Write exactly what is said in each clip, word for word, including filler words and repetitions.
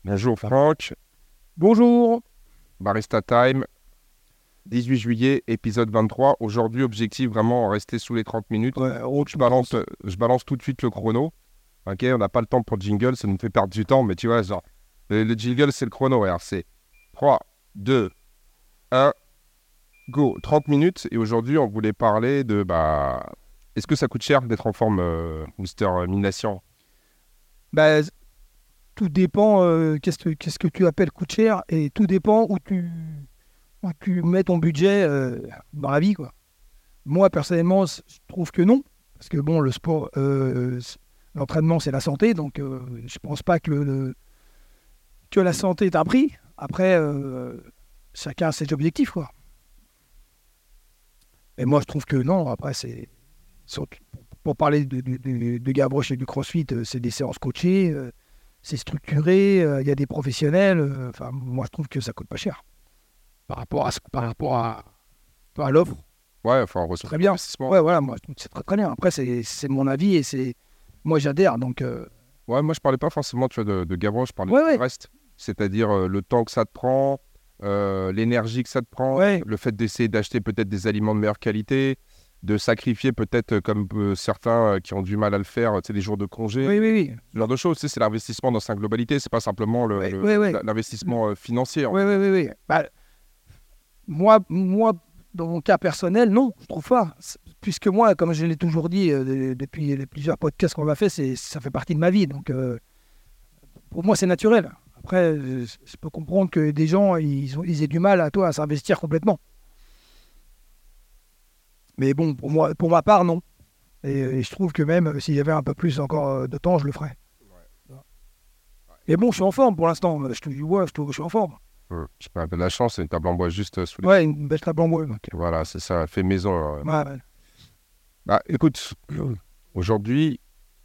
Bonjour Franck, Bonjour. Barista Time, dix-huit juillet, épisode vingt-trois. Aujourd'hui, objectif vraiment rester sous les trente minutes. Ouais, oh, Je balance, euh, je balance tout de suite le chrono. Ok, on n'a pas le temps pour le jingle, ça nous fait perdre du temps, mais tu vois, genre, le, le jingle, c'est le chrono. Alors, c'est trois, deux, un, go. trente minutes. Et aujourd'hui, on voulait parler de, bah, est-ce que ça coûte cher d'être en forme, euh, Mister Mination? bah, tout dépend, euh, qu'est-ce que, qu'est-ce que tu appelles coûte cher et tout dépend où tu, où tu mets ton budget euh, dans la vie, quoi. Moi, personnellement, c- je trouve que non. Parce que bon, le sport, euh, c- l'entraînement, c'est la santé. Donc, euh, je pense pas que, le, le- que la santé est un prix. Après, euh, chacun a ses objectifs, quoi. Et moi, je trouve que non. Après, c'est. surtout Pour parler de, de, de, de Gavroche et du CrossFit, euh, c'est des séances coachées. euh, C'est structuré, euh, il y a des professionnels. euh, Enfin, moi, je trouve que ça coûte pas cher par rapport à, ce- par rapport à, à l'offre. Ouais, enfin, on C'est reçoit très un bien. investissement. Ouais, voilà, moi, je trouve que c'est très très bien. Après, c'est c'est mon avis et c'est moi j'adhère. Donc, euh, Ouais, moi je parlais pas forcément, tu vois, de, de Gavroche, je parlais ouais, du ouais, reste. C'est-à-dire euh, le temps que ça te prend, euh, l'énergie que ça te prend, ouais, le fait d'essayer d'acheter peut-être des aliments de meilleure qualité, de sacrifier peut-être euh, comme euh, certains euh, qui ont du mal à le faire, euh, tu sais, des jours de congé, oui, oui, oui, ce genre de choses. Tu sais, c'est l'investissement dans sa globalité, c'est pas simplement le, ouais, le- ouais, ouais, la- l'investissement euh, financier, en ouais, fait. ouais, ouais, ouais. Bah, moi, moi, dans mon cas personnel, non, je trouve pas. C'est- Puisque moi, comme je l'ai toujours dit euh, de- depuis les plusieurs podcasts qu'on a fait, c'est ça fait partie de ma vie. Donc, euh, pour moi, c'est naturel. Après, je, je peux comprendre que des gens, ils, ont, ils aient du mal à toi à s'investir complètement. Mais bon, pour moi, pour ma part, non. Et, et je trouve que même euh, s'il y avait un peu plus encore euh, de temps, je le ferais. Mais bon, je suis en forme pour l'instant. Je te dis, ouais, je, te- je suis en forme. Ouais. J'ai pas un peu de la chance, c'est une table en bois juste euh, sous les... Ouais, une belle table en bois. Donc, Voilà, c'est ça, fait maison. euh. ouais, ouais. Bah, écoute, aujourd'hui,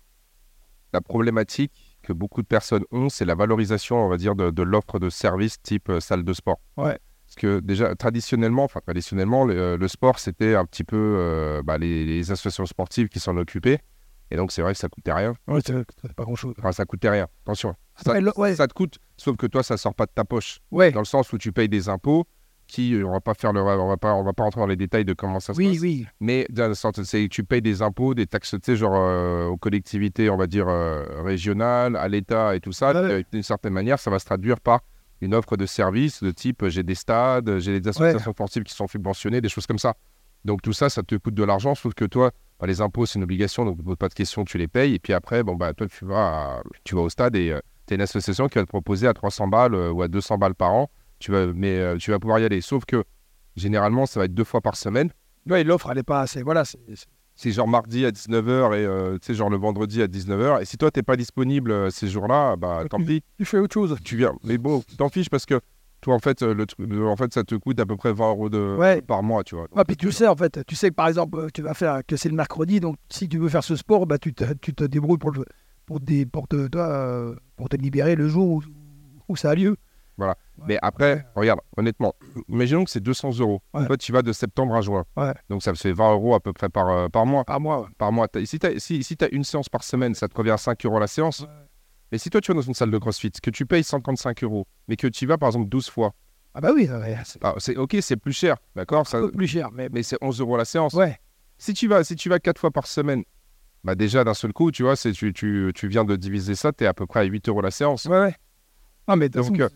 la problématique que beaucoup de personnes ont, c'est la valorisation, on va dire, de, de l'offre de services type euh, salle de sport. Ouais. Parce que déjà, traditionnellement, enfin traditionnellement, le, euh, le sport, c'était un petit peu euh, bah, les, les associations sportives qui s'en occupaient. Et donc, c'est vrai que ça coûtait rien. Ouais, c'est c'est pas grand-chose. Enfin, ça coûtait rien. Attention. Ça, Après, le- ouais, ça te coûte, sauf que toi, ça sort pas de ta poche. ouais, Dans le sens où tu payes des impôts qui, euh, on va pas faire le, on va pas, on va pas rentrer dans les détails de comment ça se oui, passe. oui. Mais dans le sens, c'est tu payes des impôts, des taxes, tu sais, genre euh, aux collectivités, on va dire, euh, régionales, à l'État et tout ça. Ouais, Puis, ouais. euh, d'une certaine manière, ça va se traduire par une offre de services de type, euh, j'ai des stades, euh, j'ai des Ouais. associations sportives qui sont subventionnées, des choses comme ça. Donc tout ça, ça te coûte de l'argent, sauf que toi, bah, les impôts, c'est une obligation, donc ne pose pas de questions, tu les payes. Et puis après, bon, bah, toi, tu vas, à- tu vas au stade et tu as une association qui va te proposer à trois cents balles euh, ou à deux cents balles par an. Tu vas, mais euh, tu vas pouvoir y aller. Sauf que généralement, ça va être deux fois par semaine. Ouais, l'offre, elle est pas assez. Voilà, c'est c'est- C'est genre mardi à dix-neuf heures et euh, tu sais, genre le vendredi à dix-neuf heures. Et si toi, t'es pas disponible euh, ces jours-là, bah tant tu, pis, tu fais autre chose. tu viens. Mais bon, t'en fiches parce que toi, en fait, euh, le truc, le- en fait, ça te coûte à peu près vingt euros de, Ouais. par mois, tu vois. Ouais, puis tu le sais, en fait. Tu sais que, par exemple, euh, tu vas faire que c'est le mercredi. Donc, si tu veux faire ce sport, bah, tu te, tu te débrouilles pour, le, pour, des, pour, te, toi, euh, pour te libérer le jour où, où ça a lieu. Voilà. Ouais. Mais après, regarde, honnêtement, imaginons que c'est deux cents euros. Ouais. Toi, tu vas de septembre à juin. Ouais. Donc, ça te fait vingt euros à peu près par, euh, par mois. À moi, ouais. Par mois. T'as- Si tu as, si, si t'as une séance par semaine, ça te revient à cinq euros la séance. Ouais. Et si toi, tu vas dans une salle de CrossFit, que tu payes cent trente-cinq euros, mais que tu y vas, par exemple, douze fois, Ah bah oui, ouais, c'est ah, c'est ok, c'est plus cher, d'accord un ça, peu plus cher. Mais, mais c'est onze euros la séance. ouais. Si tu vas, si tu vas quatre fois par semaine, bah déjà, d'un seul coup, tu vois, c'est, tu, tu, tu viens de diviser ça, tu es à peu près à huit euros la séance. Ouais, ouais. Ah, mais de toute Donc, façon, euh,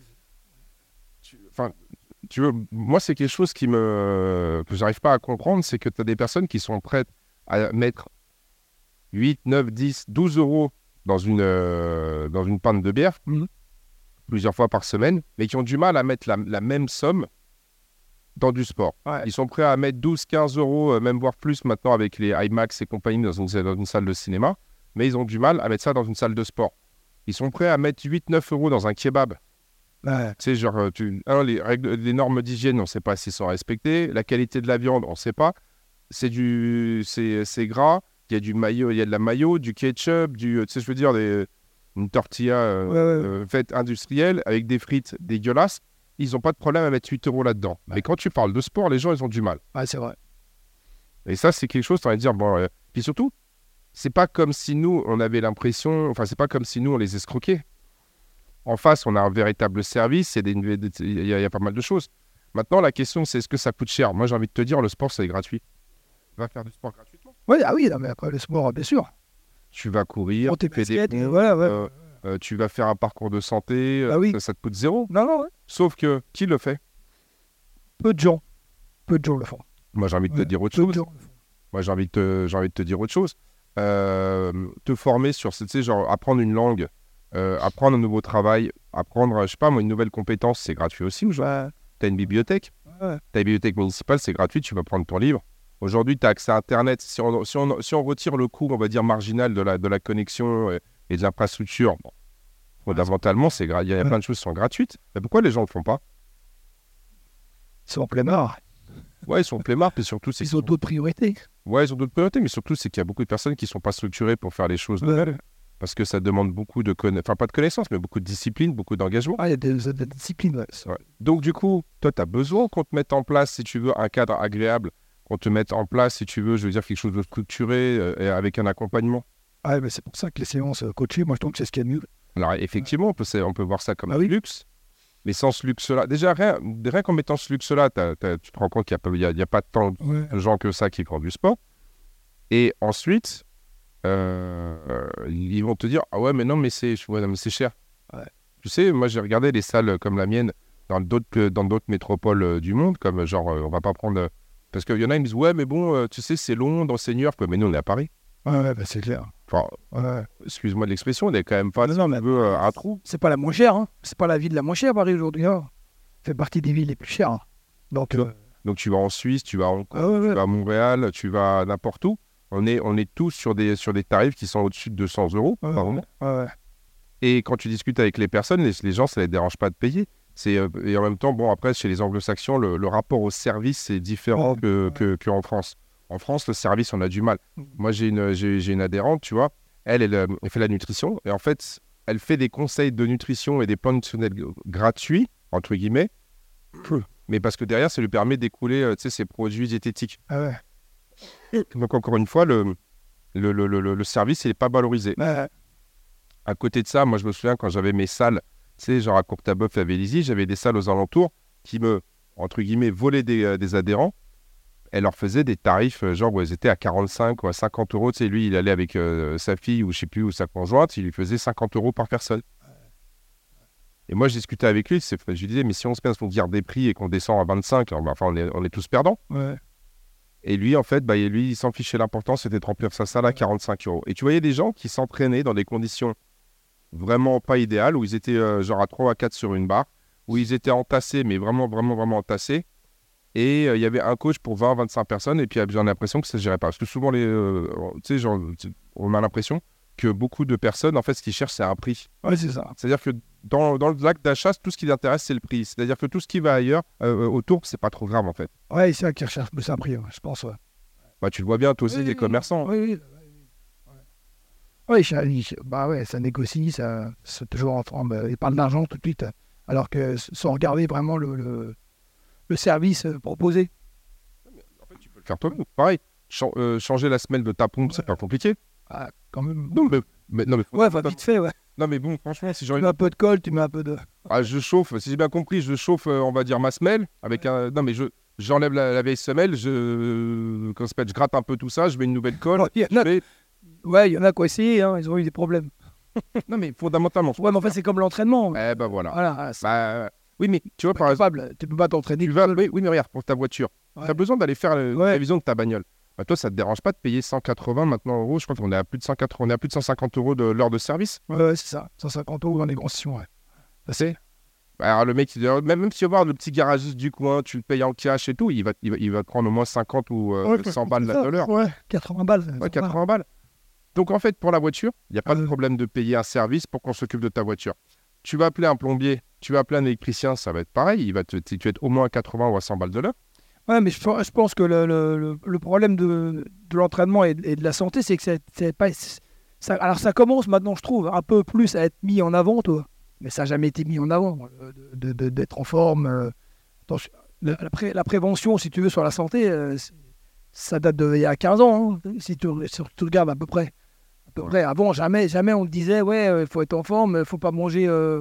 tu- enfin, tu veux, moi, c'est quelque chose qui me, que j'arrive pas à comprendre, c'est que tu as des personnes qui sont prêtes à mettre huit, neuf, dix, douze euros dans une, euh, dans une pinte de bière, Mhm. plusieurs fois par semaine, mais qui ont du mal à mettre la, la même somme dans du sport. ouais. Ils sont prêts à mettre douze, quinze euros, euh, même voire plus maintenant avec les IMAX et compagnie dans une, dans une salle de cinéma, mais ils ont du mal à mettre ça dans une salle de sport. Ils sont prêts à mettre huit, neuf euros dans un kebab. Ouais. Tu sais, genre, euh, tu, un, les, règles, les normes d'hygiène, on ne sait pas s'ils sont respectés. La qualité de la viande, on ne sait pas. C'est du, c'est, c'est gras. Il y a du mayo, il y a de la mayo, du ketchup, du, tu sais, je veux dire, des, une tortilla euh, Ouais, ouais, ouais. euh, faite industrielle avec des frites dégueulasses. Ils n'ont pas de problème à mettre huit euros là-dedans. Ouais. Mais quand tu parles de sport, les gens, ils ont du mal. Ouais, c'est vrai. Et ça, c'est quelque chose, tu vas dire, bon. euh, Puis surtout, c'est pas comme si nous, on avait l'impression, enfin, c'est pas comme si nous, on les escroquait. En face, on a un véritable service, et des- des- il y, a- il y a pas mal de choses. Maintenant, la question, c'est est-ce que ça coûte cher? Moi, j'ai envie de te dire, le sport, c'est gratuit. Va faire du sport gratuitement. Ouais, ah oui, non, mais après le sport, bien sûr. Tu vas courir, Prends tes tu fais des baskets, pompes, voilà, ouais. euh, euh, tu vas faire un parcours de santé, euh, Bah oui. ça, ça te coûte zéro. Non, non, ouais. Sauf que, qui le fait? Peu de gens. Peu de gens le font. Moi, j'ai envie de te Ouais, dire autre peu de chose. gens le font. Moi, j'ai envie de te, j'ai envie de te dire autre chose. Euh, te former sur, tu sais, genre, apprendre une langue, euh, apprendre un nouveau travail, apprendre, je sais pas, moi, une nouvelle compétence, c'est gratuit aussi. Ou Ouais, tu as une bibliothèque. ouais. Ta bibliothèque municipale, c'est gratuit, tu vas prendre ton livre. Aujourd'hui, tu as accès à Internet. Si on, si, on, si on retire le coût, on va dire, marginal de la, de la connexion et, et de l'infrastructure, bon, fondamentalement, c'est gra- il y a Ouais. plein de choses qui sont gratuites. Mais pourquoi les gens ne le font pas? Ils sont en plein art. Ouais, ils sont plémards, puis surtout, c'est Ils qu'ils ont sont- d'autres priorités. ouais, ils ont d'autres priorités, mais surtout, c'est qu'il y a beaucoup de personnes qui ne sont pas structurées pour faire les choses Ouais. nouvelles. Parce que ça demande beaucoup de connaissances, enfin pas de connaissances, mais beaucoup de discipline, beaucoup d'engagement. Ah, il y a des, des- des disciplines. Ouais. Ouais. Donc du coup, toi, tu as besoin qu'on te mette en place, si tu veux, un cadre agréable, qu'on te mette en place, si tu veux, je veux dire, quelque chose de structuré euh, et avec un accompagnement. Ah, mais c'est pour ça que les séances euh, coachées, moi je trouve que c'est ce qu'il y a de mieux. Alors effectivement, on peut, c'est- on peut voir ça comme Ah un oui. luxe, mais sans ce luxe-là, déjà, rien, rien qu'en mettant ce luxe-là, t'as- t'as- tu te rends compte qu'il n'y a, pas- il y a- il y a pas tant Ouais. de gens que ça qui font du sport. Et ensuite, euh, ils vont te dire, ah ouais, mais non, mais c'est ouais, non, mais c'est cher. Ouais. Tu sais, moi, j'ai regardé des salles comme la mienne dans d'autres dans d'autres métropoles euh, du monde, comme genre, euh, on va pas prendre... euh, parce qu'il y en a, ils me disent, ouais, mais bon, euh, tu sais, c'est long dans Seigneur. Mais nous, on est à Paris. Ouais, ouais, bah, c'est clair. Enfin, Ouais. excuse-moi de l'expression, on est quand même pas, Non, si non, tu mais- veux, euh, un trou. C'est pas la moins chère, hein. C'est pas la ville la moins chère, Paris, aujourd'hui. Hein. Ça fait partie des villes les plus chères. hein. Donc, Tu vois. euh, Donc, tu vas en Suisse, tu vas à Hong Kong, ah ouais, tu ouais. vas à Montréal, tu vas n'importe où. On est, on est tous sur des, sur des tarifs qui sont au-dessus de deux cents euros Ouais, par ouais, mois. ouais, ouais. Et quand tu discutes avec les personnes, les, les gens, ça les dérange pas de payer. C'est, euh, et en même temps, bon, après, chez les anglo-saxons, le, le rapport au service, c'est différent Ouais, que, ouais. que, qu'en France. En France, le service, on a du mal. Mm. Moi, j'ai une, j'ai, j'ai une adhérente, tu vois, elle, elle, euh, elle fait la nutrition, et en fait, elle fait des conseils de nutrition et des plans nutritionnels g- gratuits, entre guillemets, mais parce que derrière, ça lui permet d'écouler, euh, tu sais, ses produits diététiques. Ah ouais. Donc, encore une fois, le, le, le, le, le service, il n'est pas valorisé. Ouais. À côté de ça, moi, je me souviens quand j'avais mes salles, tu sais, genre à Courtabœuf et à Vélizy, j'avais des salles aux alentours qui me, entre guillemets, volaient des, euh, des adhérents. Elle leur faisait des tarifs, euh, genre où elles étaient à quarante-cinq ou à cinquante euros. Tu sais, lui, il allait avec euh, sa fille ou je sais plus, ou sa conjointe, il lui faisait cinquante euros par personne. Et moi, je discutais avec lui, c'est- je lui disais, mais si on se met à dire des prix et qu'on descend à vingt-cinq, alors, bah, enfin, on est, on est tous perdants. Ouais. Et lui, en fait, bah, et lui, il s'en fichait. L'important, c'était de remplir sa salle à quarante-cinq euros. Et tu voyais des gens qui s'entraînaient dans des conditions vraiment pas idéales, où ils étaient euh, genre à trois à quatre sur une barre, où ils étaient entassés, mais vraiment, vraiment, vraiment entassés. Et euh, il y avait un coach pour vingt à vingt-cinq personnes, et puis euh, j'en ai l'impression que ça ne se gérait pas. Parce que souvent, les, euh, tu sais, genre, tu- on a l'impression que beaucoup de personnes, en fait, ce qu'ils cherchent, c'est un prix. Ouais, c'est ça. C'est-à-dire que dans, dans l'acte d'achat, tout ce qui les intéresse, c'est le prix. C'est-à-dire que tout ce qui va ailleurs, euh, autour, c'est pas trop grave, en fait. Ouais, c'est ça qui recherche plus un prix, ouais, je pense. Ouais. Bah, tu le vois bien, toi aussi, Oui, les oui, commerçants. Oui, oui. Oui, ça- il- bah ouais, ça négocie, ça, c'est toujours en train, bah, ils parlent d'argent tout de suite, alors que s- sans regarder vraiment le, le, le service euh, proposé. En fait, tu peux le faire toi-même. Pareil, chan- euh, changer la semelle de ta pompe, c'est pas compliqué. Ah, quand même. Non, mais, mais- non, mais, Ouais, enfin, vite fait, ouais. non, mais bon, franchement, si j'ai Tu envie mets un peu de colle, tu mets un peu de. Ah, je chauffe, si j'ai bien compris, je chauffe, euh, on va dire, ma semelle avec un. Non, mais je j'enlève la, la vieille semelle, je. Comment ça s'appelle, je gratte un peu tout ça, je mets une nouvelle colle. Ouais, il y en je a- mets- Ouais, il y en a qui ont essayé, hein, ils ont eu des problèmes. Non, mais fondamentalement. Ouais, mais en fait, c'est comme l'entraînement. Eh ben voilà. Voilà, c'est Bah, euh, oui, mais tu vois, pas par exemple, capable. Tu peux pas t'entraîner. tu tout vas. seul. Oui, oui, mais regarde, pour ta voiture, Ouais. tu as besoin d'aller faire euh, Ouais. la révision de ta bagnole. Bah, toi, ça te dérange pas de payer cent quatre-vingts maintenant euros. Je crois qu'on est à plus de cent quatre-vingts, on est à plus de cent cinquante euros de l'heure de service. Ouais, ouais, c'est ça. cent cinquante euros dans les grands sessions, ouais. Ça c'est. Bah, alors, le mec, il dit, même, même si tu vas voir le petit garagiste du coin, tu le payes en cash et tout, il va, il va, il va te prendre au moins cinquante ou euh, Ouais, cent balles c'est la- ça. de l'heure. Ouais, quatre-vingts balles. ça Ouais, va. quatre-vingts balles. Donc en fait, pour la voiture, il n'y a pas Ah de ouais. problème de payer un service pour qu'on s'occupe de ta voiture. Tu vas appeler un plombier, tu vas appeler un électricien, ça va être pareil. Il va te, tu vas être au moins à quatre-vingts ou à cent balles de l'heure. Ouais, mais je, je pense que le, le, le- le problème de, de l'entraînement et, et de la santé, c'est que c'est c'est pas. Ça, alors ça commence maintenant, je trouve, un peu plus à être mis en avant, toi. Mais ça n'a jamais été mis en avant, euh, de- de- d'être en forme. euh. Attention, la, la pré- la prévention, si tu veux, sur la santé, euh, c'est- ça date d'il y a quinze ans, hein, si, tu, si tu regardes à peu près. À peu Ouais. près. Avant, jamais, jamais on te disait, ouais, il faut être en forme, il faut pas manger euh,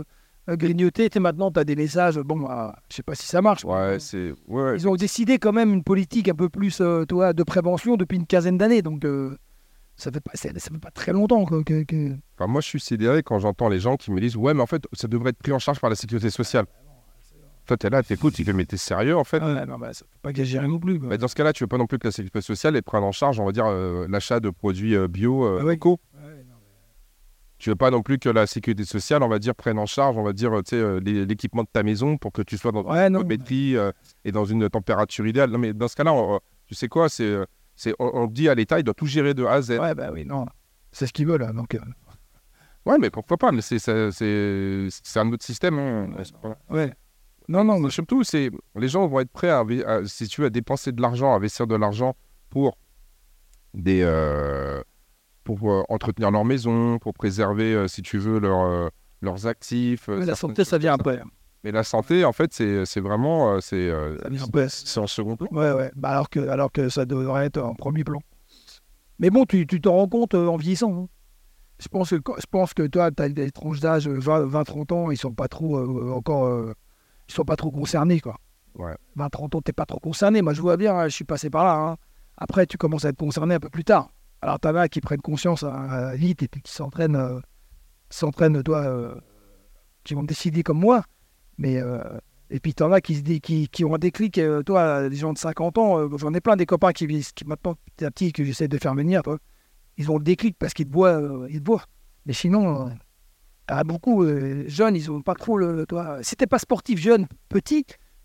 euh, grignoter. Tu sais, maintenant, tu as des messages. Bon, bah, je sais pas si ça marche. Ouais, mais, c'est. Ouais, ils ont décidé quand même une politique un peu plus euh, toi, de prévention depuis une quinzaine d'années. Donc, euh, ça fait pas, c'est- ça fait pas très longtemps quoi, que. que... enfin, moi, je suis sidéré quand j'entends les gens qui me disent ouais, mais en fait, ça devrait être pris en charge par la sécurité sociale. Toi, t'es là, t'écoutes, tu fais mais t'es sérieux en fait. Ah ouais, non, bah, ça faut pas exagérer non plus. Quoi. Mais dans ce cas-là, tu veux pas non plus que la sécurité sociale elle prenne en charge, on va dire, euh, l'achat de produits euh, bio euh, Ah ouais. locaux. Ouais, non, mais- Tu veux pas non plus que la sécurité sociale, on va dire, prenne en charge, on va dire, euh, tu sais, euh, l'é- l'équipement de ta maison pour que tu sois dans Ouais, une non. métrie euh, et dans une température idéale. Non, mais dans ce cas-là, on- euh, tu sais quoi, c'est, euh, c'est, on, on dit à l'État, il doit tout gérer de A à Z. Ouais, bah oui, non. C'est ce qu'ils veulent. Hein, donc, euh, Ouais, mais pourquoi pas, mais c'est, c'est, c'est, c'est un autre système. Hein. ouais, C'est pas- ouais. Non, non, mais- Surtout, c'est, les gens vont être prêts à, inve- à- si tu veux, à dépenser de l'argent, à investir de l'argent pour des, euh, pour euh, entretenir leur maison, pour préserver, euh, si tu veux, leur, euh, leurs actifs. euh, mais la certaines santé, choses ça vient comme après. Mais la santé, en fait, c'est, c'est vraiment, euh, c'est, euh, Ça vient après. c'est en second plan. Ouais, ouais. Bah, alors, que, alors que ça devrait être en premier plan. Mais bon, tu tu t'en rends compte euh, en vieillissant. Hein. Je pense que, quand- je pense que toi, tu as des tranches d'âge euh, vingt trente ans, ils sont pas trop euh, encore. euh, ils sont pas trop concernés, quoi. Ouais. vingt trente ans, t'es pas trop concerné. Moi, je vois bien, hein, je suis passé par là. Hein. Après, tu commences à être concerné un peu plus tard. Alors, t'en as qui prennent conscience hein, vite et puis qui s'entraînent, euh, s'entraînent, toi, euh, qui vont décider comme moi. Mais, euh, et puis, t'en as qui, se dé- qui, qui ont un déclic, euh, toi, des gens de cinquante ans. euh, j'en ai plein des copains qui, qui maintenant, petit à petit, que j'essaie de faire venir, toi, ils ont le déclic parce qu'ils te voient. euh, ils te voient. Mais sinon, euh, ah, beaucoup euh, jeunes, ils ont pas trop le. Toi, si t'es pas sportif jeune, petit,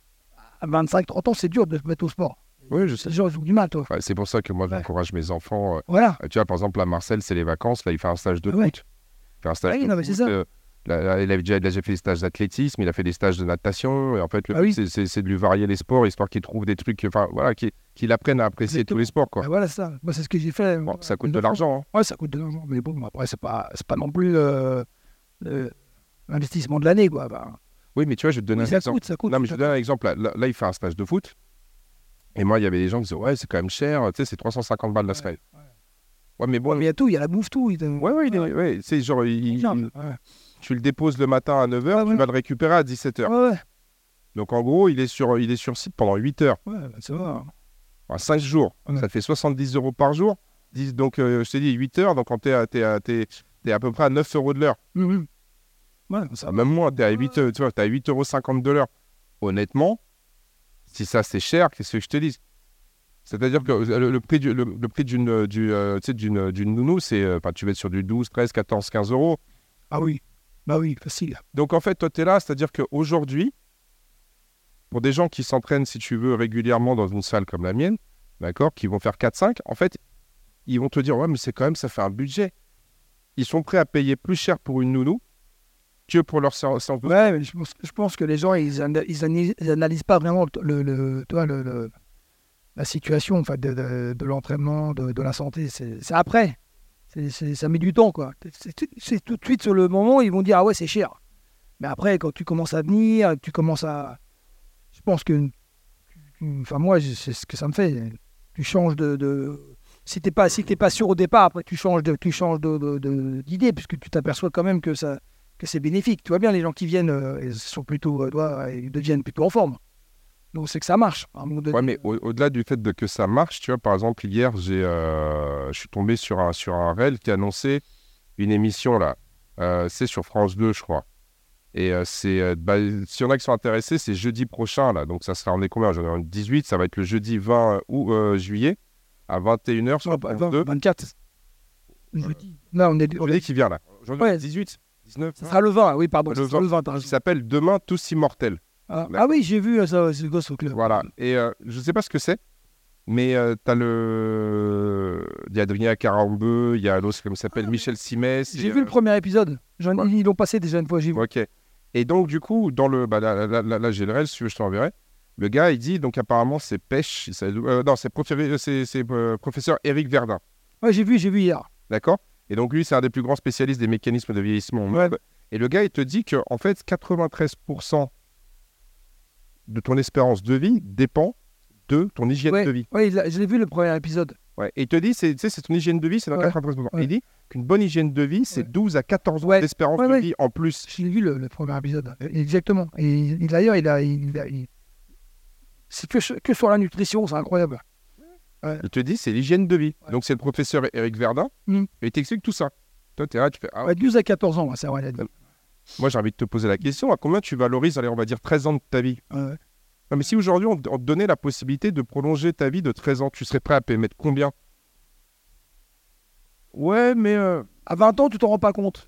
à vingt-cinq trente ans, c'est dur de se mettre au sport. Oui, je sais. Les gens, ils ont du mal, toi. Ouais, c'est pour ça que moi, Ouais. j'encourage mes enfants. euh, Voilà. tu vois, par exemple, à Marcel, c'est les vacances. Là, il fait un stage de Ouais. foot. Il fait un stage Ah oui, de non, mais foot. c'est ça. euh, là, là, il, a déjà, il a déjà fait des stages d'athlétisme, il a fait des stages de natation. Et en fait, le Ah but, oui. c'est, c'est- c'est de lui varier les sports, histoire qu'il trouve des trucs, enfin, voilà, qu'il, qu'il apprenne à apprécier tous Exactement. les sports, quoi. Ah, voilà ça. Moi, c'est ce que j'ai fait. Bon, euh, ça coûte deux de fois. l'argent. Hein. Ouais, ça coûte de l'argent. Mais bon, après, c'est pas, c'est pas non plus euh, euh, l'investissement de l'année, quoi. Bah, Oui, mais tu vois, je vais te donner oui, un ça exemple. coûte, ça coûte. Non, mais je te donne un exemple. Là, là, là, il fait un stage de foot. Et moi, il y avait des gens qui disaient, ouais, c'est quand même cher. Tu sais, c'est trois cent cinquante balles la Ouais, semaine. ouais. Ouais, mais Ouais, bon. mais il y a tout, il y a la bouffe, tout. il te- Ouais, ouais, il est- ouais, c'est genre, il- il- Bien, il- ouais. tu le déposes le matin à neuf heures, Ouais, tu voilà. vas le récupérer à dix-sept heures. Ouais, ouais. Donc, en gros, il est sur, il est sur site pendant huit heures. Ouais, bah, ça va. Enfin, cinq jours. Ouais. Ça fait soixante-dix euros par jour. dix donc, euh, je t'ai dit huit heures. Donc, quand t'es à, t'es à, t'es- t'es à peu près à neuf euros de l'heure. Mhm. Ouais, ça Ah, va. même moins, t'es à huit, euh, tu vois, t'es à huit euros cinquante de l'heure. Honnêtement, si ça c'est cher, qu'est-ce que je te dis? C'est-à-dire que le, le prix du- le, le prix d'une euh, du, euh, tu sais, d'une d'une nounou, c'est, euh, enfin, tu vas être sur du douze, treize, quatorze, quinze euros. Ah oui. Bah oui, facile. Donc en fait, toi, tu es là, c'est-à-dire qu'aujourd'hui, pour des gens qui s'entraînent, si tu veux, régulièrement dans une salle comme la mienne, d'accord, qui vont faire quatre cinq, en fait, ils vont te dire, ouais, mais c'est quand même, ça fait un budget. Ils sont prêts à payer plus cher pour une nounou que pour leur séance séance de sport. Ouais, mais je pense, je pense que les gens, ils, ana- ils, ana- ils analysent pas vraiment le, le, toi, le, le- la situation en fait, de, de, de l'entraînement, de, de la santé. C'est c'est après. C'est- c'est- ça met du temps, quoi. C'est tout- c'est tout de suite sur le moment, ils vont dire, ah ouais, c'est cher. Mais après, quand tu commences à venir, tu commences à... Je pense que... tu- Enfin, moi, je- c'est ce que ça me fait. Tu changes de... de... Si t'es pas, si t'es pas sûr au départ, après, tu changes de, tu changes de, de- de- d'idée, puisque tu t'aperçois quand même que ça, que c'est bénéfique. Tu vois bien, les gens qui viennent, euh, ils sont plutôt, euh, toi, ils deviennent plutôt en forme. Donc c'est que ça marche. À un moment donné. Ouais, mais au- au-delà du fait de que ça marche, tu vois, par exemple, hier, j'ai, euh, je suis tombé sur un, sur un réel qui annonçait une émission, là. Euh, c'est sur France deux, je crois. Et euh, c'est, euh, bah, s'il y en a qui sont intéressés, c'est jeudi prochain, là. Donc ça sera, on est combien? J'en ai dix-huit, ça va être le jeudi vingt août, euh, juillet, à vingt et une heures sur Ouais, bah, France vingt, deux. vingt-quatre. Jeudi. Non, on est. Jeudi qui vient, là. Aujourd'hui, Ouais. dix-huit, dix-neuf, Ça sera le vingt, oui, pardon. Le ça sera le vingt, t'as qui raison. s'appelle Demain tous immortels. Ah, ah oui, j'ai vu euh, ça, ce gosse au club. Voilà. Et euh, je sais pas ce que c'est, mais euh, t'as le. Il y a Adrien Carambeu, il y a l'autre, comment il s'appelle, Michel Simès. J'ai et, vu euh, le premier épisode. J'en- ouais. Ils l'ont passé déjà une fois, j'ai vu. Ok. Et donc, du coup, dans le. Bah, là, là, là, là, j'ai le réel, si tu veux, je t'enverrai. Le gars, il dit, donc apparemment, c'est Pêche. c'est- euh, non, c'est profé- c'est- c'est, euh, professeur Éric Verdun. Ouais, j'ai vu, j'ai vu hier. D'accord? Et donc, lui, c'est un des plus grands spécialistes des mécanismes de vieillissement au monde. Et le gars, il te dit que, en fait, quatre-vingt-treize pour cent de ton espérance de vie dépend de ton hygiène Ouais. de vie. Ouais, il a- je l'ai vu le premier épisode. Ouais. Et il te dit, c'est, tu sais, c'est ton hygiène de vie, c'est dans Ouais. quatre-vingt-treize pour cent. Ouais. Il dit qu'une bonne hygiène de vie, c'est Ouais. douze à quatorze ans Ouais. d'espérance Ouais, de ouais. vie en plus. J'ai vu le, le premier épisode. Exactement. Et, et d'ailleurs, il a, il a- il- c'est que, sur- que sur la nutrition, c'est incroyable. Il te dit, c'est l'hygiène de vie. Ouais. Donc, c'est le professeur Eric Verdun. Mm. Et il t'explique tout ça. Toi, tu es là, tu fais, ah, Ouais, douze à quatorze ans, ouais, c'est vrai, il a dit. moi, j'ai envie de te poser la question, à combien tu valorises, allez, on va dire treize ans de ta vie? Ouais, ouais. Non, mais si aujourd'hui, on, te- on te donnait la possibilité de prolonger ta vie de treize ans, tu serais prêt à payer- mettre combien? Ouais, mais... euh, À vingt ans, tu t'en rends pas compte.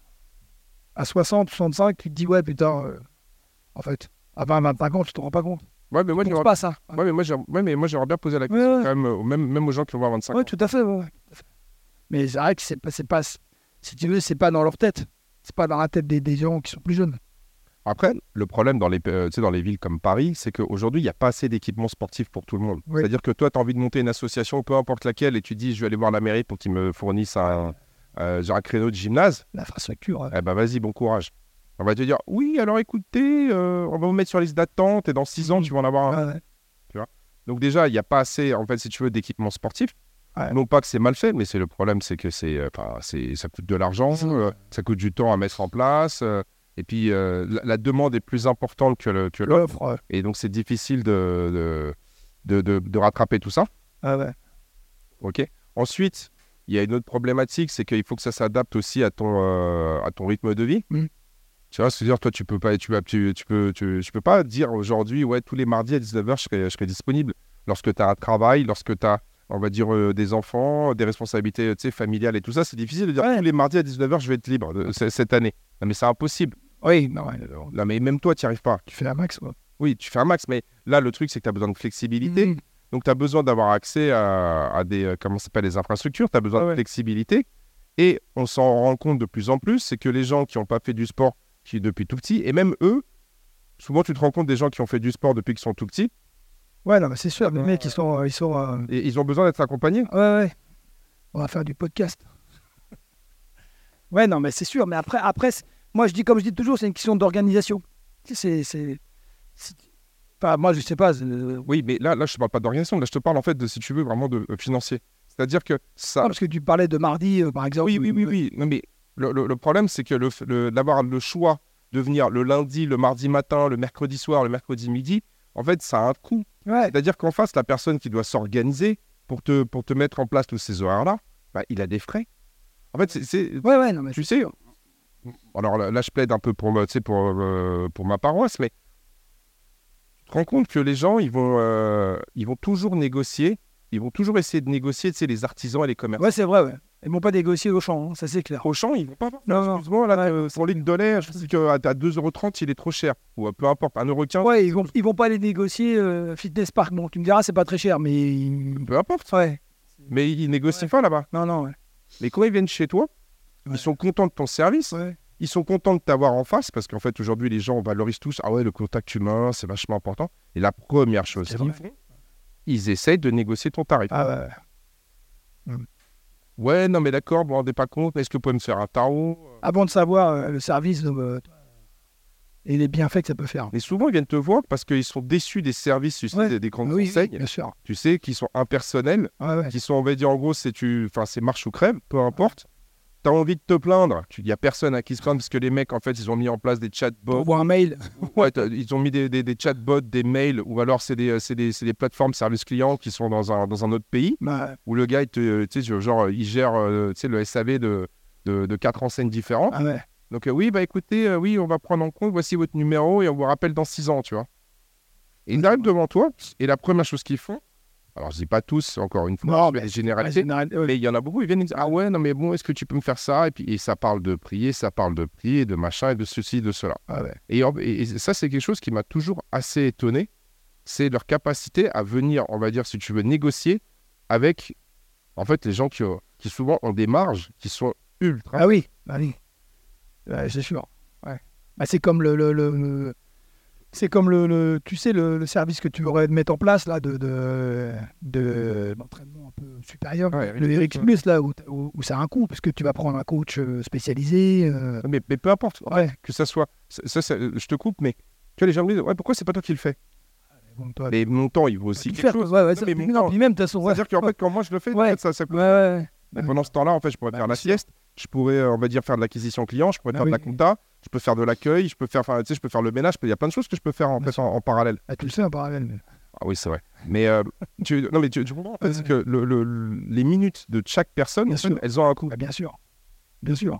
À soixante, soixante-cinq, tu te dis, ouais, putain, euh, en fait, à vingt, vingt-cinq ans, tu t'en rends pas compte. Ouais, mais moi, Tu penses j'aimerais... pas à ça. Ouais, mais moi, j'aimerais... ouais, mais moi, j'aimerais bien poser la Ouais, question ouais. quand même, euh, même, même aux gens qui vont avoir vingt-cinq Ouais, ans. tout à fait, ouais, ouais, tout à fait. Mais c'est vrai que c'est pas, c'est pas, si tu veux, c'est pas dans leur tête. C'est pas dans la tête des, des gens qui sont plus jeunes. Après, le problème dans les, euh, tu sais, dans les villes comme Paris, c'est qu'aujourd'hui, il n'y a pas assez d'équipements sportifs pour tout le monde. Oui. C'est-à-dire que toi, tu as envie de monter une association, peu importe laquelle, et tu dis, je vais aller voir la mairie pour qu'ils me fournissent un, euh, genre un créneau de gymnase. L'infrastructure. Ouais. Eh ben, vas-y, bon courage. On va te dire, oui, alors écoutez, euh, on va vous mettre sur liste d'attente, et dans six ans, Mhm. tu vas en avoir un. Ouais, ouais. Donc déjà, il n'y a pas assez, en fait, si tu veux, d'équipements sportifs. Ouais. Non pas que c'est mal fait, mais c'est le problème, c'est que c'est, euh, enfin, c'est, ça coûte de l'argent, euh, ça coûte du temps à mettre en place, euh, et puis euh, la, la demande est plus importante que, le, que l'offre, L'offre. Ouais. et donc c'est difficile de, de, de, de- de rattraper tout ça. Ah ouais. Ok. Ensuite, il y a une autre problématique, c'est qu'il faut que ça s'adapte aussi à ton, euh, à ton rythme de vie. Mhm. Tu vois, c'est-à-dire, toi, tu peux pas, tu, vas- tu, tu peux, tu, tu peux pas dire aujourd'hui, ouais, tous les mardis à dix-neuf heures, je serai, je serai disponible. Lorsque tu as un travail, lorsque tu as, on va dire, euh, des enfants, des responsabilités, tu sais, familiales et tout ça, c'est difficile de dire Ouais. tous les mardis à dix-neuf heures, je vais être libre de- c- cette année. Non, mais c'est impossible. Oui, non, ouais, Non, mais même toi, tu n'y arrives pas. tu fais un max, quoi. Oui, tu fais un max, mais là, le truc, c'est que tu as besoin de flexibilité. Mhm. Donc, tu as besoin d'avoir accès à, à des, euh, comment ça s'appelle, les infrastructures. Tu as besoin Ah de ouais. flexibilité. Et on s'en rend compte de plus en plus, c'est que les gens qui n'ont pas fait du sport qui, depuis tout petit, et même eux, souvent, tu te rends compte des gens qui ont fait du sport depuis qu'ils sont tout petits, Ouais, non, mais c'est sûr, les mecs, ils sont. euh, Ils sont euh, et ils ont besoin d'être accompagnés. Ouais, ouais. On va faire du podcast. Ouais, non, mais c'est sûr. Mais après, après c'est- moi, je dis, comme je dis toujours, c'est une question d'organisation. Tu sais, C'est. c'est- c'est- Enfin, moi, je sais pas. c'est- Oui, mais là, là je ne te parle pas d'organisation. Là, je te parle, en fait, de, si tu veux, vraiment de euh, financier. C'est-à-dire que ça... Non, parce que tu parlais de mardi, euh, par exemple. Oui, oui, oui, oui. Non, mais le, le- le problème, c'est que le, le- d'avoir le choix de venir le lundi, le mardi matin, le mercredi soir, le mercredi midi, en fait, ça a un coût. Ouais. C'est-à-dire qu'en face, la personne qui doit s'organiser pour te, pour te mettre en place tous ces horaires-là, bah, il a des frais. En fait, c'est, c'est- Ouais, ouais, non, mais. tu sais, alors là, là, je plaide un peu pour, ma- tu sais, pour, euh, pour ma paroisse, mais tu te rends compte que les gens, ils vont, euh, ils vont toujours négocier, ils vont toujours essayer de négocier, tu sais, les artisans et les commerçants. Ouais, c'est vrai, ouais. Ils m'ont pas négocié au champ, hein, ça c'est clair. Au champ, ils vont pas voir. Non, non. Excuse-moi, là, euh, son litre de lait, je sais qu'à à deux euros trente, il est trop cher. Ou euh, peu importe, un euro quinze, Ouais, ils vont, ils vont pas les négocier euh, Fitness Park. Bon, tu me diras, c'est pas très cher, mais. ils- peu importe. Ouais. Mais ils négocient Ouais. pas là-bas. Non, non, ouais. Mais quand ils viennent chez toi, Ouais. ils sont contents de ton service. Ouais. Ils sont contents de t'avoir en face parce qu'en fait, aujourd'hui, les gens valorisent tous. Ah ouais, le contact humain, c'est vachement important. Et la première chose C'est qu'ils vrai. font, ils essayent de négocier ton tarif. Ah ouais. Ouais, non, mais d'accord, vous vous rendez pas compte. Est-ce que vous pouvez me faire un tarot? Avant de savoir euh, le service euh, et les bienfaits que ça peut faire. Mais souvent, ils viennent te voir parce qu'ils sont déçus des services tu sais, Ouais. des, des grandes Oui, oui, enseignes, bien sûr. tu sais, qui sont impersonnels, Ouais, ouais. qui sont, on va dire, en gros, c'est tu, enfin, c'est marche ou crève, peu importe. Tu as envie de te plaindre, il n'y a personne à qui se plaindre parce que les mecs, en fait, ils ont mis en place des Pour chatbots. envoyer un mail. Ouais, t'as- ils ont mis des, des, des chatbots, des mails, ou alors c'est des, c'est des, c'est des plateformes service client qui sont dans un, dans un autre pays, Bah, où le gars, il te, tu sais, genre, il gère euh, tu sais, le S A V de, de, de quatre enseignes différentes. ah ouais. Donc, euh, oui, bah écoutez, euh, oui, on va prendre en compte, voici votre numéro et on vous rappelle dans six ans, tu vois. Et ils arrivent devant toi, et la première chose qu'ils font, alors je dis pas tous, encore une fois, Non, je fais mais des Ouais, généralités, général- ouais. mais il y en a beaucoup, ils viennent et disent, ah ouais, non mais bon, est-ce que tu peux me faire ça? Et puis et ça parle de prier, ça parle de prier, de machin, et de ceci, de cela. Ah ouais. Et, en- et- et ça, c'est quelque chose qui m'a toujours assez étonné, c'est leur capacité à venir, on va dire, si tu veux, négocier avec, en fait, les gens qui, ont- qui souvent ont des marges qui sont ultra. Ah oui, bah oui. Ouais, c'est sûr. Ouais. Bah, c'est comme le, le, le- le- c'est comme le, le- tu sais le, le service que tu voudrais mettre en place là de de, de l'entraînement un peu supérieur, Ouais, le Eric Plus là où, où, où ça a un coût parce que tu vas prendre un coach euh, spécialisé. euh, Mais, mais peu importe, Ouais. que ça soit. Ça, ça, ça, je te coupe, mais tu vois, les gens me disent, ouais, pourquoi c'est pas toi qui le fais? bon, toi, Mais mon temps, il vaut aussi tu quelque fais, chose. ouais, ouais, Non, ça- mais mon non, temps, puis même, de toute façon, ouais. c'est-à-dire qu'en fait, quand moi je le fais, en Ouais. fait, ça, ça coûte. Ouais, ouais, Et pendant ce temps-là, en fait, je pourrais Bah, faire bien la sûr. sieste, je pourrais, euh, on va dire, faire de l'acquisition client, je pourrais Bah faire de la oui. compta, je peux faire de l'accueil, je peux faire, enfin, tu sais, je peux faire le ménage, il y a plein de choses que je peux faire en, Bien fait, en, sûr. en parallèle. Ah, tu le sais en parallèle. Mais... Ah oui, c'est vrai. Mais euh, tu, non, mais tu, tu comprends, en fait, c'est que le, le- le- les minutes de chaque personne, Bien en fait, sûr. elles ont un coût. Bah, bien sûr. Bien sûr.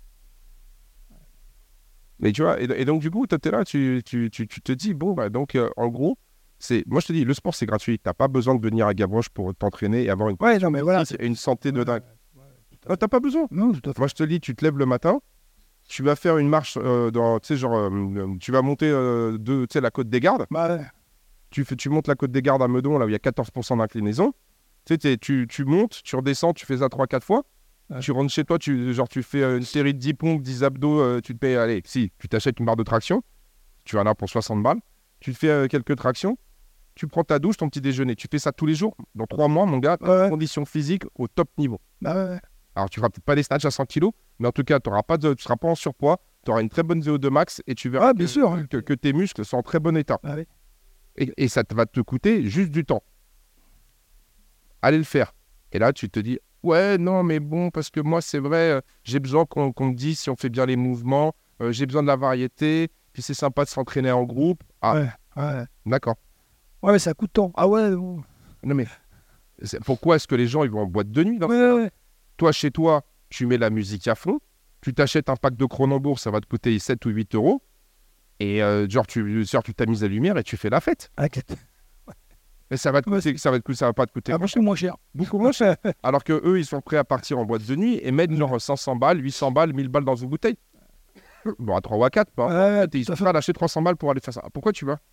Mais tu vois, et, et donc du coup, toi, t'es là, tu, tu, tu, tu te dis, bon, bah, donc euh, en gros, c'est, moi je te dis, le sport c'est gratuit. T'as pas besoin de venir à Gavroche pour t'entraîner et avoir une, Ouais, non, mais voilà. physique et une santé de Ouais, dingue. ouais, tout à Non, fait. t'as pas besoin. Non, tout à fait. Moi je te dis, tu te lèves le matin, tu vas faire une marche euh, dans, tu sais, genre, euh, tu vas monter euh, de, tu sais, la côte des Gardes. Bah, ouais. Tu, fais, tu montes la côte des Gardes à Meudon, là où il y a quatorze pour cent d'inclinaison. Tu sais, t'es- tu, tu montes, tu redescends, tu fais ça trois quatre fois. Ouais. Tu rentres chez toi, tu, genre, tu fais euh, une série de dix pompes, dix abdos, euh, tu te payes, allez, si, tu t'achètes une barre de traction, tu en as pour soixante balles, tu te fais euh, quelques tractions, tu prends ta douche, ton petit déjeuner, tu fais ça tous les jours. Dans trois mois, mon gars, Ouais, ouais. condition physique au top niveau. Bah, ouais, ouais. Alors, tu feras peut-être pas des snatchs à cent kilos, mais en tout cas, t'auras pas de, tu seras pas en surpoids, tu auras une très bonne V O deux max et tu verras Ah, bien que, sûr, hein. que, que tes muscles sont en très bon état. Bah, oui. Et, et ça te va te coûter juste du temps. Allez le faire. Et là, tu te dis, ouais, non, mais bon, parce que moi, c'est vrai, euh, j'ai besoin qu'on qu'on me dise si on fait bien les mouvements, euh, j'ai besoin de la variété, puis c'est sympa de s'entraîner en groupe. Ah, Ouais, ouais. d'accord. Ouais, mais ça coûte tant. Ah ouais, bon. Non, mais c'est- pourquoi est-ce que les gens ils vont en boîte de nuit dans Ouais, ce- ouais, ouais. Toi, chez toi, tu mets la musique à fond, tu t'achètes un pack de Cronenbourg, ça va te coûter sept ou huit euros, et euh, genre, tu, genre, tu t'amuses la lumière et tu fais la fête. Ah, quête. Mais ça va te Ouais, coûter, ça va te coûter, ça va pas te coûter Ah, moins beaucoup moins cher. beaucoup moins cher. Alors que eux, ils sont prêts à partir en boîte de nuit et mettre genre cinq cents balles, huit cents balles, mille balles dans une bouteille. Bon, à trois ou à quatre, pas. Ouais, ouais, Ils tout à sont fait. prêts à lâcher trois cents balles pour aller faire ça. Pourquoi tu vas?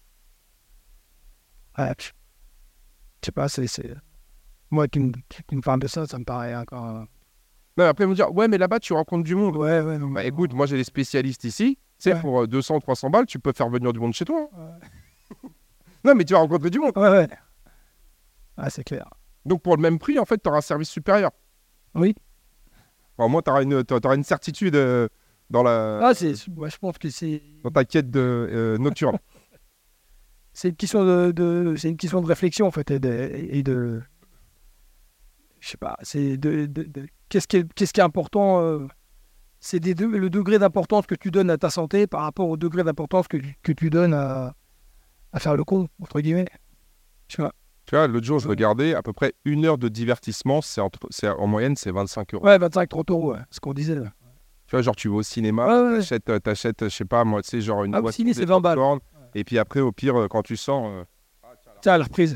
Ouais, pff. Je sais pas, c'est. c'est- Moi qui me, qui me parle de ça, ça me paraît encore. euh, Non, après, ils vont dire, ouais, mais là-bas, tu rencontres du monde. Ouais, ouais, non. Bah mais- écoute, moi, j'ai des spécialistes ici. Tu sais, Ouais. pour euh, deux cents ou trois cents balles, tu peux faire venir du monde chez toi. hein. Ouais, Non, mais tu vas rencontrer du monde. ouais. ouais. Ah, c'est clair. Donc, pour le même prix, en fait, tu auras un service supérieur. Oui. Enfin, au moins, tu auras une, t'auras une certitude euh, dans, la, Ah, c'est. Ouais, je pense que c'est. dans ta quête de, euh, nocturne. C'est une question de, de- c'est une question de réflexion en fait et de, et de je sais pas, c'est de, de- de- qu'est-ce qui est, qu'est-ce qui est important, euh, c'est des deux- le degré d'importance que tu donnes à ta santé par rapport au degré d'importance que, tu- que tu donnes à, à faire le con entre guillemets. Tu vois. Tu vois, l'autre jour, je regardais à peu près une heure de divertissement, c'est entre, c'est, en moyenne, c'est vingt-cinq euros. Ouais, vingt-cinq trente euros, ouais, ce qu'on disait là. Tu vois, genre, tu vas au cinéma, Ouais, ouais, ouais. t'achètes, euh, t'achètes, je sais pas, moi, tu sais, genre une Ah, au boisson, ciné, des c'est vingt balles. popcorn, et puis après, au pire, euh, quand tu sors, euh, Tiens, la reprise.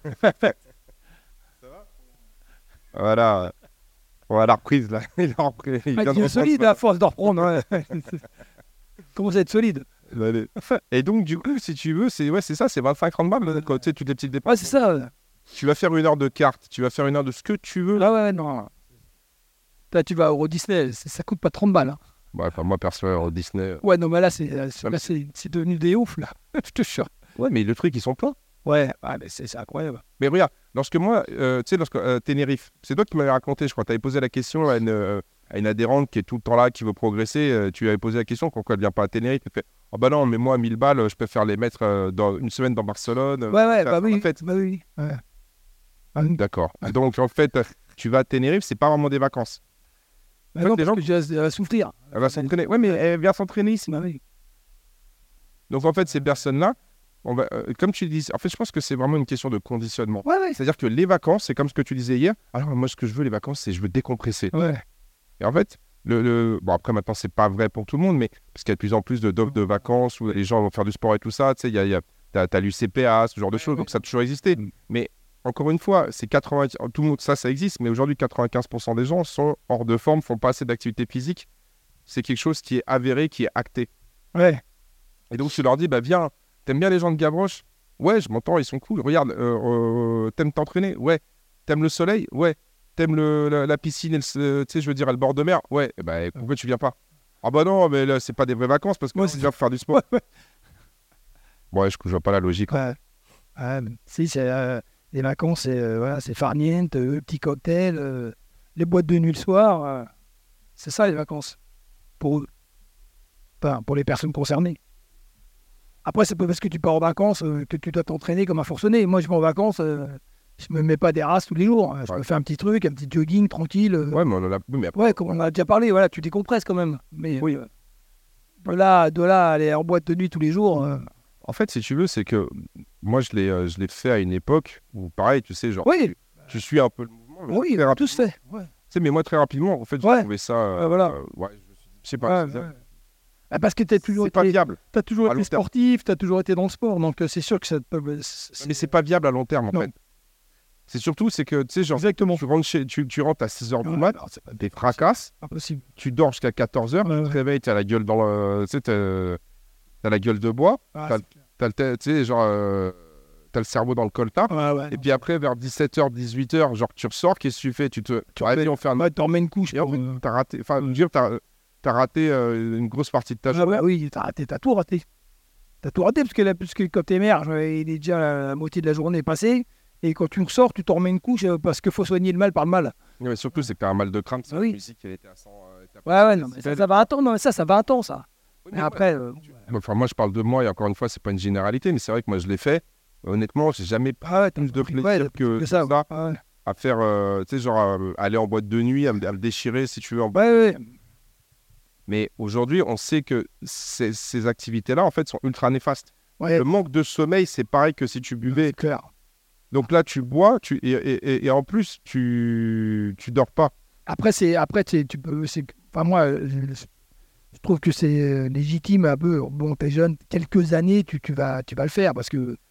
voilà, on a la reprise, là. Il a repris, il Ah, vient de il est reprendre solide à force d'en reprendre. Ouais. Comment ça être solide? ça. Allez. Et donc, du coup, si tu veux, c'est ouais, c'est ça, c'est vingt-cinq trente balles, quand, tu sais, toutes les petites dépenses. Ouais, c'est ça. Ouais, Tu vas faire une heure de carte, tu vas faire une heure de ce que tu veux. ouais, ouais, non. Là, tu vas à Euro Disney, c'est- ça coûte pas trente balles. Hein. Ouais, enfin, moi, perso, au Disney. euh, Ouais, non, mais là, c'est, là, c'est, Même là, c'est, c'est devenu des oufs, là. Je te jure. Ouais, mais le truc, ils sont pleins. Ouais, ouais mais c'est, c'est incroyable. Mais regarde, lorsque moi, euh, tu sais, lorsque euh, Tenerife, c'est toi qui m'avais raconté, je crois, tu avais posé la question à une, euh, à une adhérente qui est tout le temps là, qui veut progresser, euh, tu lui avais posé la question, pourquoi elle vient pas à Tenerife? Elle fait, oh bah non, mais moi, mille balles, je peux faire les mettre euh, dans une semaine dans Barcelone. euh, Ouais, ouais, faire- bah faire la oui. fête. Bah oui. Ouais. Ah, oui. D'accord. Donc, en fait, tu vas à Tenerife, c'est pas vraiment des vacances. Bah En fait, non, les parce gens- que je vais- elle va souffrir. Elle va s'entraîner. Ouais, mais elle vient s'entraîner ici. Bah oui. Donc, en fait, ces personnes-là, on va, euh, comme tu dis, en fait, je pense que c'est vraiment une question de conditionnement. Ouais, ouais. C'est-à-dire que les vacances, c'est comme ce que tu disais hier. Alors, moi, ce que je veux, les vacances, c'est je veux décompresser. Ouais. Et en fait, le, le- bon, après, maintenant, c'est pas vrai pour tout le monde, mais parce qu'il y a de plus en plus de d'offres de vacances où les gens vont faire du sport et tout ça. Tu sais, il y a, il y a, t'as, t'as l'U C P A, ce genre de choses, donc ça a toujours existé. Mm. Mais encore une fois, c'est quatre-vingts, tout le monde, ça, ça existe, mais aujourd'hui, quatre-vingt-quinze pour cent des gens sont hors de forme, font pas assez d'activité physique. C'est quelque chose qui est avéré, qui est acté. Ouais. Et donc, tu leur dis, bah, viens, t'aimes bien les gens de Gavroche? Ouais, je m'entends, ils sont cool. Regarde, euh, euh, t'aimes t'entraîner? Ouais. T'aimes le soleil? Ouais. T'aimes le, la, la piscine et le, tu sais, je veux dire, et le bord de mer? Ouais. Eh bah, pourquoi tu viens pas? Ah bah non, mais là, c'est pas des vraies vacances parce que Ouais, moi, c'est- c'est déjà pour faire du sport. Ouais, je, je vois pas la logique. Ouais. Ouais, mais si, c'est euh, les vacances, c'est euh, voilà, c'est farniente, euh, le petit cocktail, euh, les boîtes de nuit le soir. euh, c'est ça les vacances. Pour eux. Enfin, pour les personnes concernées. Après, c'est pas parce que tu pars en vacances euh, que tu dois t'entraîner comme un forcené. Moi, je vais en vacances, euh, je me mets pas des races tous les jours. Je Ouais. me fais un petit truc, un petit jogging tranquille. euh. Ouais, mais on en a. Oui, mais après, Ouais, comme on a déjà parlé, voilà, tu décompresses quand même. Mais Oui. euh, de là, de là, à aller en boîte de nuit tous les jours. euh, en fait, si tu veux, c'est que moi, je l'ai, euh, je l'ai fait à une époque où, pareil, tu sais, genre, Oui, tu, tu suis un peu le mouvement. Mais oui, très on a rapidement, tous fait. Ouais. tu sais, mais moi, très rapidement, en fait, j'ai Ouais. trouvé ça. euh, Ouais, voilà. euh, ouais, je, me suis dit, je sais pas. Ouais, c'est- ouais. Ah, parce que tu as toujours c'est pas été, viable. t'as toujours À été long terme. sportif, tu as toujours été dans le sport. Donc, euh, c'est sûr que ça te peut. c'est- Mais c'est pas viable à long terme, en Non. fait. C'est surtout, c'est que, tu sais, genre, Exactement. tu rentres, chez, tu, tu rentres à six heures du Ouais, mat, non, c'est pas t'es fracasse, impossible. tu dors jusqu'à quatorze heures, Ouais, tu te ouais. réveilles, t'as la gueule dans le. Tu sais, t'as, t'as la gueule de bois, Ah, t'as, c'est clair. t'as le, te- tu sais, genre, euh, t'as le cerveau dans le coltard. Ouais, ouais, Et non. puis après, vers dix-sept heures, dix-huit heures, genre, tu ressors, qu'est-ce que tu fais? Tu te. Tu Ouais, remets- viens, on fait un. Ouais, t'en remets une couche. Et en pour, fait, euh, t'as raté. Enfin, je Ouais. veux dire, t'as, t'as raté euh, une grosse partie de ta Ah journée. ouais, oui, t'as raté, t'as tout raté. T'as tout raté parce que, là, parce que quand t'émerges, euh, il est déjà la, la moitié de la journée passée. Et quand tu ressors, tu t'en remets une couche euh, parce qu'il faut soigner le mal par le mal. Ouais, mais surtout, c'est que t'as un mal de crâne. C'est Ah la oui. musique, elle était à cent. euh, était à Ouais, ouais, non, mais ça, décibels. ça va un temps. Non, mais ça, ça va un temps, ça. Oui, Mais mais après, euh, ouais. Enfin, moi, je parle de moi, et encore une fois, c'est pas une généralité, mais c'est vrai que moi, je l'ai fait. Honnêtement, j'ai jamais ah ouais, t'as plus de pris- plaisir ouais, t'as que, pris que ça. ça, Ouais, à faire, euh, tu sais, genre, euh, aller en boîte de nuit, à, me à me déchirer, si tu veux, en ouais, ouais. Mais aujourd'hui, on sait que ces, ces activités-là, en fait, sont ultra néfastes. Ouais, Le manque de sommeil, c'est pareil que si tu buvais. c'est clair. Donc là, tu bois, tu, et, et- et- et en plus, tu tu dors pas. Après, c'est, après tu tu peux. c'est- Enfin, moi, euh, je, je trouve que c'est euh, légitime un peu. Bon, t'es jeune, quelques années, tu, tu, vas, tu vas le faire parce que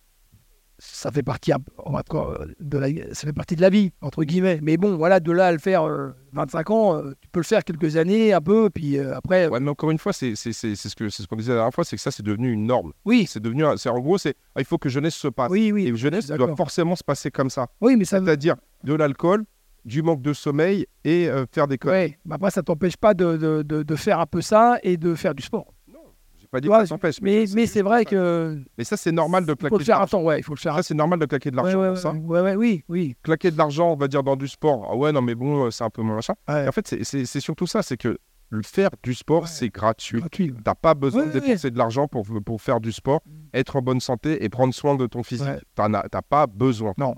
ça fait partie, un peu- on va dire, de la, ça fait partie de la vie, entre guillemets. Mais bon, voilà, de là à le faire euh, vingt-cinq ans, euh, tu peux le faire quelques années, un peu, puis euh, après, Ouais, mais encore une fois, c'est c'est- c'est- c'est ce que c'est ce qu'on disait la dernière fois, c'est que ça, c'est devenu une norme. oui, C'est devenu, un- c'est en gros, c'est ah, il faut que jeunesse se passe. oui, oui. Et jeunesse je suis doit d'accord. forcément se passer comme ça. Oui, mais ça, C'est-à-dire de l'alcool, du manque de sommeil et euh, faire des conneries. ouais, mais après, ça t'empêche pas de, de, de, de faire un peu ça et de faire du sport. Non, j'ai pas dit Tu vois, que ça t'empêche. mais c'est mais juste c'est vrai ça. que Mais ça, c'est normal de il claquer faut le de faire un l'argent. temps, ouais, il faut le faire un Ça, c'est normal de claquer de Ouais, l'argent ouais, pour ça. ouais, ouais, ouais, oui, oui. Claquer de l'argent, on va dire, dans du sport. Ah ouais, non, mais bon, euh, c'est un peu moins machin. Ouais. Et en fait, c'est- c'est c'est surtout ça, c'est que le faire du sport, Ouais. c'est gratuit. Gratuit. T'as pas besoin Ouais, de ouais. dépenser de l'argent pour, pour faire du sport, être en bonne santé et prendre soin de ton physique. Ouais. T'en as- T'as pas besoin. Non.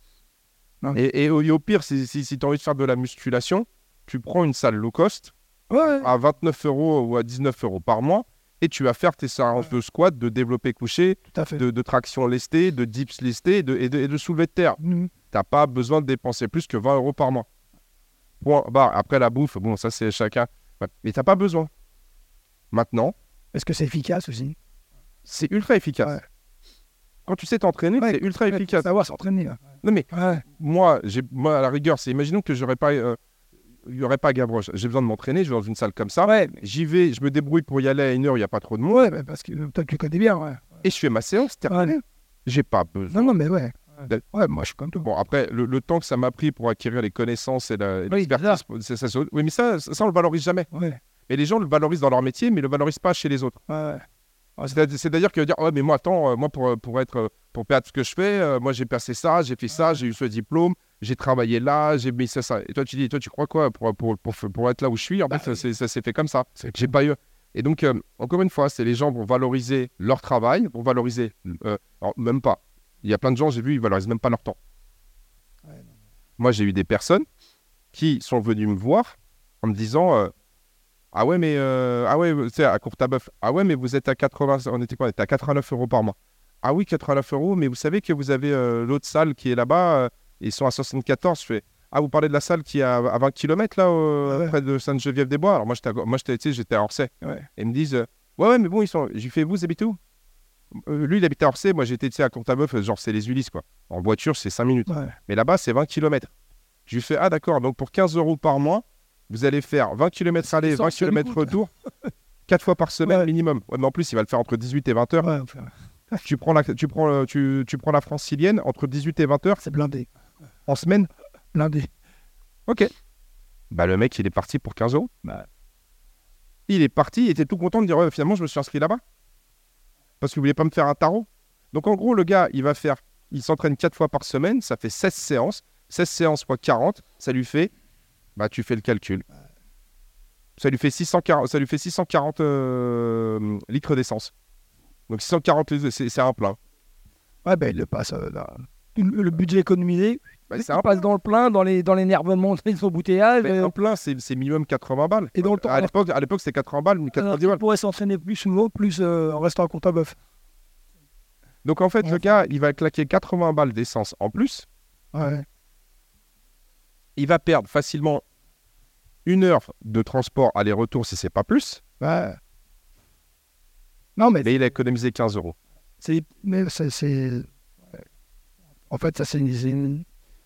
Non. Et, et au, et au pire, si, si, si tu as envie de faire de la musculation, tu prends une salle low cost Ouais, à vingt-neuf euros ou à dix-neuf euros par mois et tu vas faire tes séances de squat, de développé couché, tout à fait. de, de traction lestée, de dips lestés et de, et de, et de soulevé de terre. Mhm. T'as pas besoin de dépenser plus que vingt euros par mois. Point. Bah, après la bouffe, bon, ça c'est chacun. Ouais. Mais t'as pas besoin. Maintenant, Est-ce que c'est efficace aussi? c'est ultra efficace. Ouais. Quand tu sais t'entraîner, Ouais, c'est ultra ouais, efficace. Savoir s'entraîner. Ouais. Non mais Ouais. moi, j'ai, moi à la rigueur, c'est imaginons que j'aurais pas, euh, il y aurait pas Gavroche. J'ai besoin de m'entraîner, je vais dans une salle comme ça. Ouais, mais- J'y vais, je me débrouille pour y aller à une heure, il y a pas trop de monde, ouais, mais parce que toi, tu connais bien. Ouais. et je fais ma séance. Terminé. Ouais. J'ai pas besoin. Non, non, mais ouais. Ouais. Ouais, moi, je suis comme toi. Bon, après, le, le temps que ça m'a pris pour acquérir les connaissances et la- et Oui, l'expertise, c'est ça. c'est- oui, mais ça, ça, on le valorise jamais. Ouais, Mais les gens le valorisent dans leur métier, mais le valorisent pas chez les autres. ouais, ouais. Ouais, c'est- C'est- C'est-à-dire que dire, ouais, mais moi, attends, euh, moi, pour, pour être, euh, pour perdre ce que je fais, euh, moi, j'ai passé ça, j'ai fait ça, j'ai eu ce diplôme, j'ai travaillé là, j'ai mis ça, ça. Et toi, tu dis, toi, tu crois quoi pour, pour, pour, pour être là où je suis? En Bah, fait, ça, c'est- ça s'est fait comme ça. c'est J'ai pas eu. Et donc, euh, encore une fois, c'est les gens vont valoriser leur travail, vont valoriser, euh, alors, même pas. Il y a plein de gens, j'ai vu, ils valorisent même pas leur temps. Ouais, non. Moi, j'ai eu des personnes qui sont venues me voir en me disant, euh, ah ouais, mais euh, ah ouais, tu sais, à Courtabœuf, ah ouais, mais vous êtes à quatre-vingts, on était quoi? On était à quatre-vingt-neuf euros par mois. Ah oui, quatre-vingt-neuf euros, mais vous savez que vous avez euh, l'autre salle qui est là-bas, euh, ils sont à soixante-quatorze. Je fais, ah, vous parlez de la salle qui est à, à vingt kilomètres là, euh, Ouais. près de Sainte-Geneviève-des-Bois. Alors moi, j'étais, à- moi, j'étais, tu sais, j'étais à Orsay. Ouais. Et ils me disent, euh, ouais, ouais, mais bon, ils sont. J'ai fait, vous habitez où? Euh, Lui, il habitait à Orsay, moi j'étais, tu sais, à Courtabœuf, genre c'est les Ulysses, quoi. En voiture, c'est cinq minutes. Ouais. Mais là-bas, c'est vingt kilomètres. Je lui fais, ah d'accord, donc pour quinze euros par mois, vous allez faire vingt kilomètres aller, Ça, vingt ça lui kilomètres coûte. retour, quatre fois par semaine Ouais. minimum. Ouais, mais en plus, il va le faire entre dix-huit et vingt heures. Ouais, enfin, Tu prends la, tu prends, euh, tu, tu prends la francilienne entre dix-huit et vingt heures c'est blindé. en semaine. Blindé. Ok. Bah le mec, il est parti pour quinze euros. Bah. Il est parti, il était tout content de dire, ouais, finalement, je me suis inscrit là-bas. Parce qu'il voulait pas me faire un tarot. Donc en gros, le gars, il va faire, il s'entraîne quatre fois par semaine, ça fait seize séances. seize séances fois quarante, ça lui fait, bah tu fais le calcul. Ça lui fait six cent quarante, ça lui fait six cent quarante euh, litres d'essence. Donc six cent quarante, les- c'est c'est un plein. Ouais, ben, il le passe. euh, là. Le, le budget économisé, Bah, il c'est un passe plein. dans le plein, dans les dans l'énervement, dans les embouteillages. Mais euh, un plein, c'est c'est minimum quatre-vingts balles. Et dans le temps, À l'époque, à l'époque, c'était quatre-vingts balles, mais alors quatre-vingt-dix qu'il balles. pourrait s'entraîner plus souvent, plus euh, en restant à compte à bœuf. Donc en fait, le Enfin. gars, il va claquer quatre-vingts balles d'essence en plus. Ouais. Il va perdre facilement une heure de transport aller-retour si c'est pas plus. Ouais. Non, mais Mais il a économisé quinze euros. c'est. Mais c'est. c'est- ouais. En fait, ça, c'est c'est une-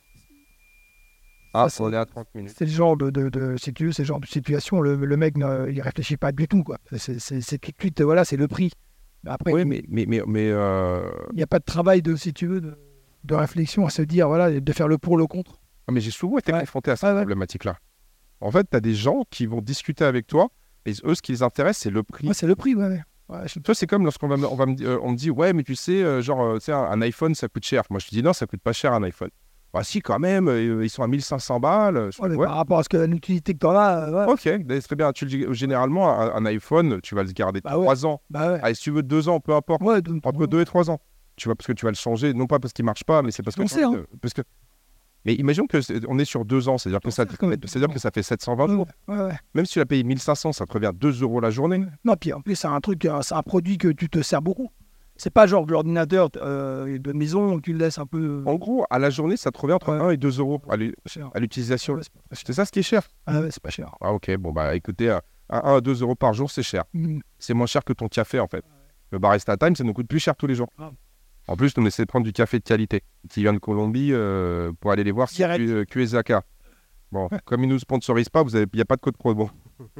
Ah, c'est- on est à trente minutes. c'est le genre de, de, de, si tu veux, c'est le genre de situation, le, le mec, ne, il réfléchit pas du tout, quoi. C'est c'est- c'est tout de suite, voilà, c'est le prix. Mais après, Oui, il mais, mais, mais, mais euh, n'y a pas de travail de, si tu veux, de, de réflexion à se dire, voilà, de faire le pour, le contre. ah, mais j'ai souvent été Ouais. confronté à cette Ouais, ouais. problématique-là. En fait, tu as des gens qui vont discuter avec toi, et eux, ce qui les intéresse, c'est le prix. Ouais, c'est le prix, ouais. ouais. Ouais, je- Tu vois, c'est comme lorsqu'on va me, on va me, di- euh, on me dit, ouais, mais tu sais, euh, genre, euh, tu sais, un, un iPhone, ça coûte cher. Moi, je te dis, non, ça coûte pas cher un iPhone. Bah, si, quand même, euh, ils sont à mille cinq cents balles. Je Ouais, fais, mais ouais, par rapport à ce que l'utilité que tu en as, euh, ouais. ok, ben, très bien. Tu le dis- généralement, un, un iPhone, tu vas le garder Bah ouais. trois ans. Bah ouais. Allez, si tu veux deux ans, peu importe. Ouais, donc, Entre deux et trois ans. Tu vois, parce que tu vas le changer, non pas parce qu'il marche pas, mais c'est parce que. On sait, hein. euh, parce que... Mais imaginons que c'est- on est sur deux ans, c'est-à-dire que, On ça, sait, quand même. c'est-à-dire que ça fait sept cent vingt ouais, jours. ouais, ouais. Même si tu l'as payé mille cinq cents, ça te revient deux euros la journée. Non, puis en plus, c'est un truc, euh, c'est un produit que tu te sers beaucoup. C'est pas genre de l'ordinateur euh, de maison, tu le laisses un peu. En gros, à la journée, ça te revient entre Ouais. un et deux euros à l'u- cher. à l'utilisation. Ouais, c'est pas très cher. C'est ça ce qui est cher. Ah ouais, c'est pas cher. Ah, ok, bon, bah écoutez, à un à deux euros par jour, c'est cher. Mhm. C'est moins cher que ton café, en fait. Le Barista Time, ça nous coûte plus cher tous les jours. Ah. En plus, on essaie de prendre du café de qualité qui vient de Colombie euh, pour aller les voir. C'est Direct. Q- euh, Kuezaka. Bon, comme ils nous sponsorisent pas, il n'y a pas de code promo.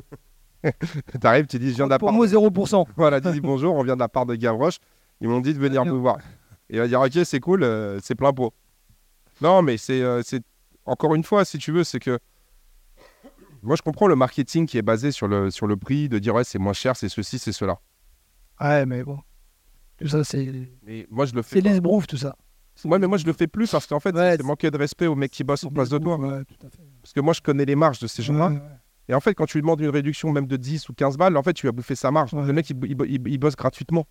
T'arrives, tu dis, je viens de la Pour part. moi, zéro pour cent. Voilà, tu dis bonjour, on vient de la part de Gavroche. Ils m'ont dit de venir Bien. nous voir. Et il va dire, ok, c'est cool, euh, c'est plein pot. Non, mais c'est, euh, c'est encore une fois, si tu veux, c'est que moi, je comprends le marketing qui est basé sur le, sur le prix, de dire, ouais, c'est moins cher, c'est ceci, c'est cela. Ouais, mais bon. Tout ça, c'est. Mais moi, je le fais. C'est pas. l'esbrouf, tout ça. Ouais, mais moi, je le fais plus parce qu'en fait, Ouais, c'est manquer de respect aux mecs qui bossent en place de toi. Ouais, tout à fait. Parce que moi, je connais les marges de ces gens-là. Ouais, ouais. Et en fait, quand tu lui demandes une réduction même de dix ou quinze balles, en fait, tu vas bouffer sa marge. Ouais. Le mec, il, il, il- il bosse gratuitement.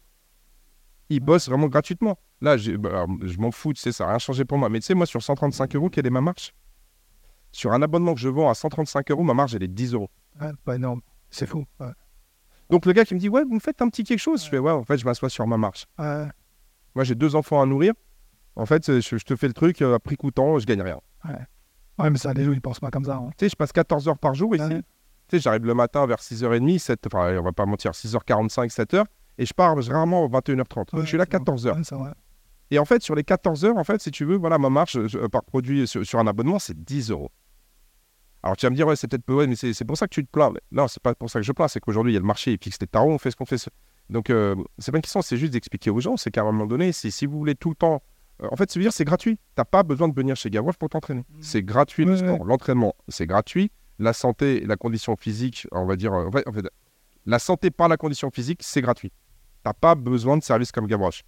Il bosse vraiment gratuitement. Là, j'ai- bah, alors, je m'en fous, tu sais, ça n'a rien changé pour moi. Mais tu sais, moi, sur cent trente-cinq euros, quelle est ma marge? Sur un abonnement que je vends à cent trente-cinq euros, ma marge, elle est de dix euros. Ouais, pas énorme. C'est fou. Ouais. Donc, le gars qui me dit, ouais, vous me faites un petit quelque chose. Je fais, ouais, en fait, je m'assois sur ma marge. Ouais. Moi, j'ai deux enfants à nourrir. En fait, je, je te fais le truc euh, à prix coûtant, je gagne rien. Ouais, mais ça, les gens, ils pensent pas comme ça. Hein. Tu sais, je passe quatorze heures par jour ici. Ouais. Tu sais, j'arrive le matin vers six heures trente, sept, enfin, on va pas mentir, six heures quarante-cinq, sept heures, et je pars rarement vingt et une heures trente. Ouais, je suis là c'est vrai. quatorze heures. Ouais, c'est vrai. Et en fait, sur les quatorze heures, en fait, si tu veux, voilà, ma marge je- par produit sur, sur un abonnement, c'est dix euros. Alors tu vas me dire, ouais, c'est peut-être peu, ouais, mais c'est c'est pour ça que tu te plains. Mais non, c'est pas pour ça que je plains, c'est qu'aujourd'hui, il y a le marché, il fixe les tarots, on fait ce qu'on fait. ce- Donc, euh, c'est pas une question, c'est juste d'expliquer aux gens, c'est qu'à un moment donné, si, si vous voulez tout le temps. euh, en fait, ça veut dire c'est gratuit. T'as pas besoin de venir chez Gavroche pour t'entraîner. C'est gratuit le Ouais, sport. ouais. L'entraînement, c'est gratuit. La santé et la condition physique, on va dire. euh, En fait, en fait, la santé par la condition physique, c'est gratuit. T'as pas besoin de services comme Gavroche.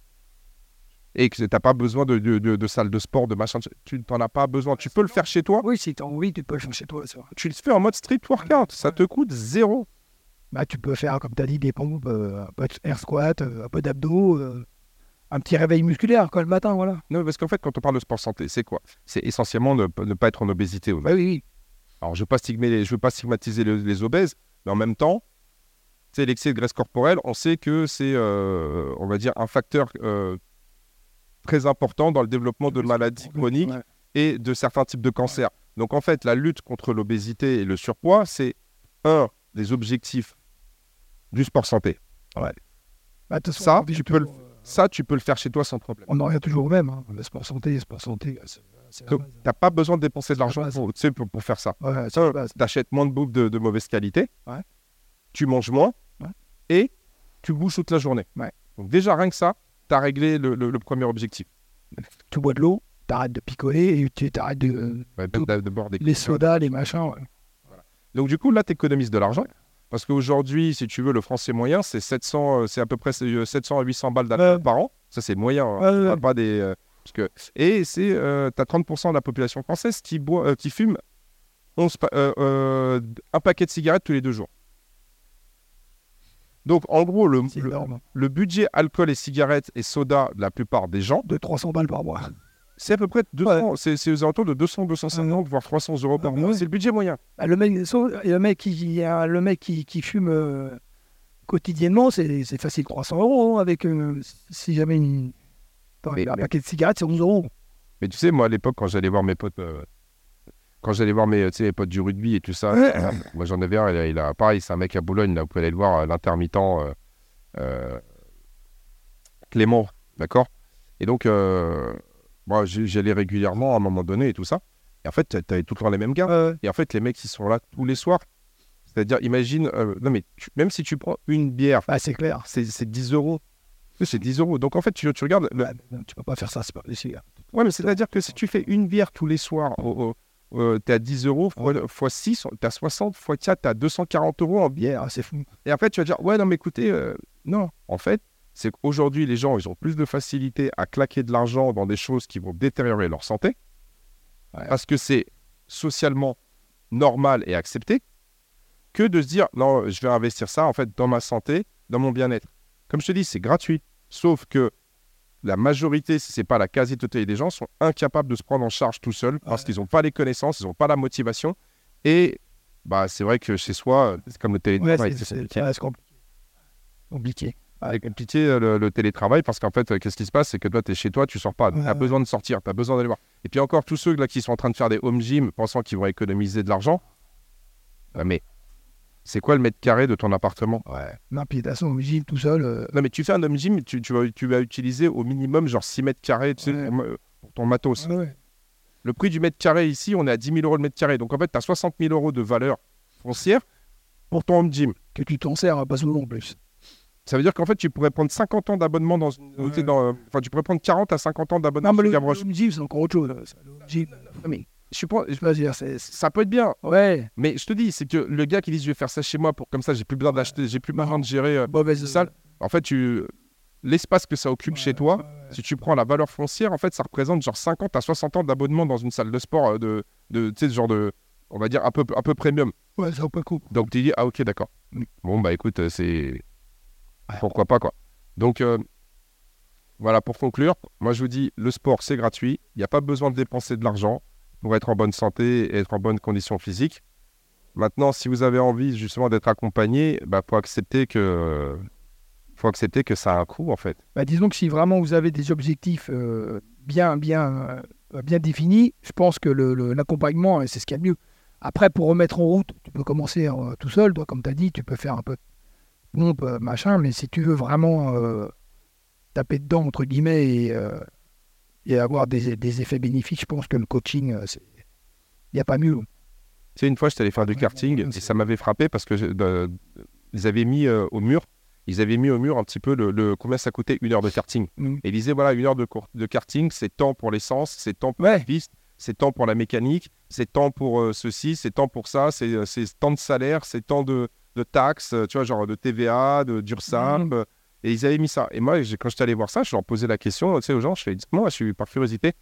Et que t'as pas besoin de, de, de, de salle de sport, de machin. Tu t'en as pas besoin. Tu peux le faire chez toi. Oui, si tu as envie, tu peux le faire chez toi. C'est vrai. Tu le fais en mode street workout. Ça te coûte zéro. Bah, tu peux faire, comme tu as dit, des pompes, euh, un peu de air squat, euh, un peu d'abdos, euh, un petit réveil musculaire quoi, le matin, voilà. Non, parce qu'en fait, quand on parle de sport santé, c'est quoi? C'est essentiellement ne, ne pas être en obésité. Bah oui, oui. Alors, je ne veux pas stigmatiser, je veux pas stigmatiser les, les obèses, mais en même temps, tu sais, l'excès de graisse corporelle, on sait que c'est, euh, on va dire, un facteur euh, très important dans le développement de maladies chroniques Ouais. et de certains types de cancers. Donc, en fait, la lutte contre l'obésité et le surpoids, c'est un des objectifs du sport santé. Bah, de toute façon, Ça, on revient tu peux le- toujours, euh, Ça, tu peux le faire chez toi sans problème. on en revient toujours au même. Hein. Le sport santé, le sport santé, c'est c'est la Donc, base. tu n'as pas besoin de dépenser de la l'argent base. pour, tu sais, pour, pour faire ça. Ouais, c'est la base. Tu achètes moins de bouffe de, de mauvaise qualité, Ouais. tu manges moins Ouais. et tu bouges toute la journée. Ouais. Donc déjà, rien que ça, tu as réglé le, le- le premier objectif. Tu bois de l'eau, t'arrêtes de picoler et tu t'arrêtes de, euh, Ouais, Tout- de- de bord des- les sodas, les machins. Ouais. Donc du coup, là, tu économises de l'argent. Parce qu'aujourd'hui, si tu veux, le français moyen, c'est sept cents, euh, c'est à peu près euh, sept cents à huit cents balles d'alcool Ouais. par an. Ça, c'est moyen. hein. Ouais, ouais, Pas- ouais. Pas des, euh, parce que... Et c'est, euh, tu as trente pour cent de la population française qui, boit, euh, qui fume onze pa- euh, euh, un paquet de cigarettes tous les deux jours. Donc, en gros, le, C'est le, énorme. le budget alcool et cigarettes et soda de la plupart des gens, De trois cents balles par mois. c'est à peu près deux cents, c'est, c'est aux alentours de deux cents, deux cent cinquante, voire trois cents euros par Ah, mois. ouais. C'est le budget moyen. Bah, le mec, sauf- le mec qui, il y a le mec qui, qui fume euh, quotidiennement, c'est c'est facile trois cents euros. Hein, avec, euh, si jamais une, attends, Mais- un mais- paquet de cigarettes, c'est onze euros. Mais tu sais, moi, à l'époque, quand j'allais voir mes potes, euh, quand j'allais voir mes, tu sais, mes potes du rugby et tout ça, Ouais. moi, j'en avais un, il a, il a- pareil, c'est un mec à Boulogne, là, vous pouvez aller le voir, euh, l'intermittent euh, euh, Clément, d'accord. Et donc, euh, moi, j'y j'y allais régulièrement à un moment donné et tout ça. Et en fait, t'a- t'avais tout le temps les mêmes gars. Euh, Et en fait, les mecs, ils sont là tous les soirs. C'est-à-dire, imagine, euh, non, mais tu- même si tu prends une bière, bah, c'est clair. c'est c'est dix euros. C'est dix euros. Donc, en fait, tu, tu regardes. le- Ouais, mais non, tu peux pas faire ça, c'est pas possible. Ouais, mais c'est-à-dire que si tu fais une bière tous les soirs, au, au- euh, t'es à dix euros, fois, fois six, t'es à soixante, fois quatre, t'es à deux cent quarante euros en bière. Bière, c'est fou. Et après, tu vas dire, ouais, non, mais écoutez, euh, non. En fait, c'est qu'aujourd'hui, les gens, ils ont plus de facilité à claquer de l'argent dans des choses qui vont détériorer leur santé, Ouais. parce que c'est socialement normal et accepté, que de se dire, non, je vais investir ça, en fait, dans ma santé, dans mon bien-être. Comme je te dis, c'est gratuit. Sauf que la majorité, si ce n'est pas la quasi-totalité des gens, sont incapables de se prendre en charge tout seuls parce Ouais. qu'ils n'ont pas les connaissances, ils n'ont pas la motivation. Et bah, c'est vrai que chez soi, c'est comme le Ouais, télétravail, c'est c'est c'est- compliqué. ouais, c'est compliqué. Compliqué. C'est compliqué euh, le, le télétravail parce qu'en fait, euh, qu'est-ce qui se passe? C'est que toi, tu es chez toi, tu sors pas. Tu Ouais, as ouais. besoin de sortir, tu as besoin d'aller voir. Et puis encore, tous ceux là, qui sont en train de faire des home gym pensant qu'ils vont économiser de l'argent, bah, mais c'est quoi le mètre carré de ton appartement? Ouais. Non, puis de toute façon, au gym tout seul. euh, Non, mais tu fais un home gym, tu, tu, vas, tu vas utiliser au minimum genre six mètres carrés tu sais, Ouais. pour, ma- pour ton matos. ouais, ouais. Le prix du mètre carré ici, on est à dix mille euros le mètre carré. Donc en fait, tu as soixante mille euros de valeur foncière pour ton home gym. Que tu t'en sers pas souvent en plus. Ça veut dire qu'en fait, tu pourrais prendre cinquante ans d'abonnement dans une. Ouais. tu sais, dans, euh, Enfin, tu pourrais prendre quarante à cinquante ans d'abonnement Non, mais chez le, Gavroche. le gym, c'est encore autre chose. euh, ça, le gym. Non, mais je suis pas- Je peux dire, c'est. c'est- Ça peut être bien. Ouais. Mais je te dis, c'est que le gars qui dit je vais faire ça chez moi pour comme ça, j'ai plus besoin d'acheter, j'ai plus besoin de gérer. euh, Mauvaise salle. En fait, tu l'espace que ça occupe chez toi, si tu prends la valeur foncière, en fait, ça représente genre cinquante à soixante ans d'abonnement dans une salle de sport euh, de, de tu sais, ce genre de, on va dire un peu, un peu premium. Ouais, ça vaut pas le coup. Donc tu dis ah ok d'accord. Mm. Bon bah écoute, euh, c'est Ouais. pourquoi pas quoi. Donc euh, voilà, pour conclure, moi je vous dis le sport c'est gratuit, il n'y a pas besoin de dépenser de l'argent pour être en bonne santé et être en bonne condition physique. Maintenant, si vous avez envie justement d'être accompagné, bah faut accepter que faut accepter que ça a un coût en fait. Bah, disons que si vraiment vous avez des objectifs euh, bien, bien, euh, bien définis, je pense que le- le- l'accompagnement, euh, c'est ce qu'il y a de mieux. Après, pour remettre en route, tu peux commencer euh, tout seul, toi, comme tu as dit, tu peux faire un peu de pompe, euh, machin, mais si tu veux vraiment euh, taper dedans, entre guillemets, et, euh, et avoir des, des effets bénéfiques, je pense que le coaching, euh, c'est- il n'y a pas mieux. Tu sais, une fois, j'étais allé faire du Ouais, karting ouais, et c'est- ça m'avait frappé parce que je- de- ils avaient mis euh, au mur, ils avaient mis au mur un petit peu le, le- combien ça coûtait une heure de karting. Mm. Et ils disaient voilà, une heure de, cour- de karting, c'est temps pour l'essence, c'est temps pour Ouais. la piste, c'est temps pour la mécanique, c'est temps pour euh, ceci, c'est temps pour ça, c'est euh, c'est temps de salaire, c'est temps de, de taxes, euh, tu vois, genre de T V A, de d'URSSAF. Mm. euh, Et ils avaient mis ça. Et moi, j'ai- quand j'étais allé voir ça, je leur posais la question, tu sais, aux gens, je fais, dites-moi, je suis par curiosité,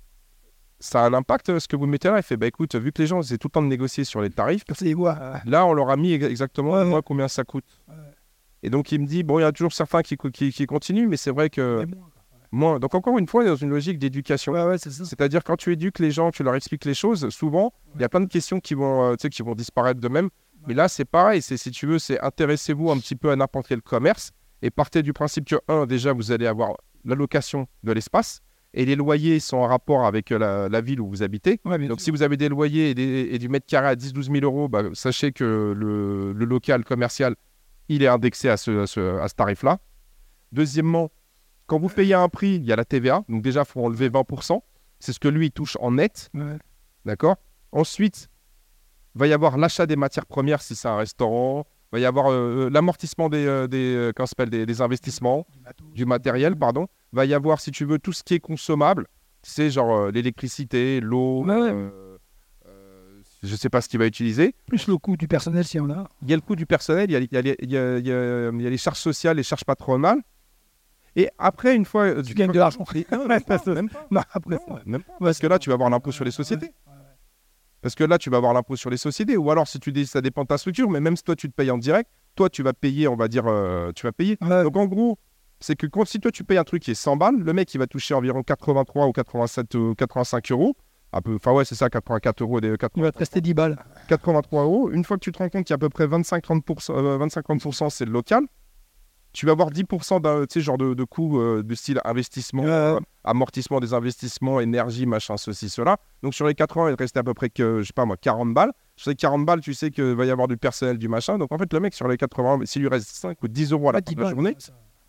ça a un impact euh, ce que vous mettez là? Il fait, bah écoute, vu que les gens essaient tout le temps de négocier sur les tarifs, Comme ça, ils voient. euh, là, on leur a mis ex- exactement Ouais, ouais. moi, combien ça coûte. Ouais. Et donc, il me dit, bon, il y a toujours certains qui, co- qui, qui continuent, mais c'est vrai que mais moins, quoi. moins. Donc, encore une fois, on est dans une logique d'éducation. Ouais, ouais, c'est ça. C'est-à-dire, quand tu éduques les gens, tu leur expliques les choses, souvent, il y a plein de questions qui vont, euh, tu sais, qui vont disparaître d'eux-mêmes. Mais là, c'est pareil. C'est, si tu veux, c'est intéressez-vous un petit peu à n'importe quel commerce et partez du principe que, un, déjà, vous allez avoir l'allocation de l'espace et les loyers sont en rapport avec euh, la, la ville où vous habitez. Ouais, bien Donc, sûr. si vous avez des loyers et, des- et du mètre carré à dix douze mille euros, bah, sachez que le, le local commercial, il est indexé à ce, à ce, à ce tarif-là. Deuxièmement, quand vous payez un prix, il y a la T V A. Donc, déjà, il faut enlever vingt pour cent. C'est ce que lui il touche en net. Ouais. D'accord? Ensuite, il va y avoir l'achat des matières premières si c'est un restaurant. Il va y avoir euh, l'amortissement des, euh, des, euh, comment ça s'appelle, des, des investissements, Du matos. du matériel, pardon. Il va y avoir, si tu veux, tout ce qui est consommable. Tu sais, genre euh, l'électricité, l'eau. Ouais, ouais. euh, euh, je ne sais pas ce qu'il va utiliser. Plus le coût du personnel s'il y en a. Il y a le coût du personnel, il y a, il y a les- il y a- il y a- il y a les charges sociales, les charges patronales. Et après, une fois... euh, Tu gagnes de l'argent. Non, même pas, même pas. Non, après, Non, même pas. Parce que là, tu vas avoir l'impôt sur les sociétés. Parce que là, tu vas avoir l'impôt sur les sociétés. Ou alors, si tu dis ça dépend de ta structure, mais même si toi, tu te payes en direct, toi, tu vas payer, on va dire, euh, tu vas payer. Ouais. Donc, en gros, c'est que quand, si toi, tu payes un truc qui est cent balles, le mec, il va toucher environ quatre-vingt-trois ou quatre-vingt-sept ou quatre-vingt-cinq euros. Un peu, enfin, ouais, c'est ça, quatre-vingt-quatre euros. Des, Il va te rester dix balles. quatre-vingt-trois euros. Une fois que tu te rends compte qu'il y a à peu près vingt-cinq à trente pour cent, euh, vingt-cinq à trente pour cent, c'est le local. Tu vas avoir dix pour cent d'un, tu sais, genre de, de coûts euh, de style investissement, Ouais. euh, amortissement des investissements, énergie, machin, ceci, cela. Donc sur les quatre-vingts, il te restait à peu près que, je sais pas moi, quarante balles. Sur les quarante balles, tu sais qu'il va y avoir du personnel, du machin. Donc en fait, le mec, sur les quatre-vingts, s'il lui reste cinq ou dix euros à la Ouais, fin dix de la balles. journée.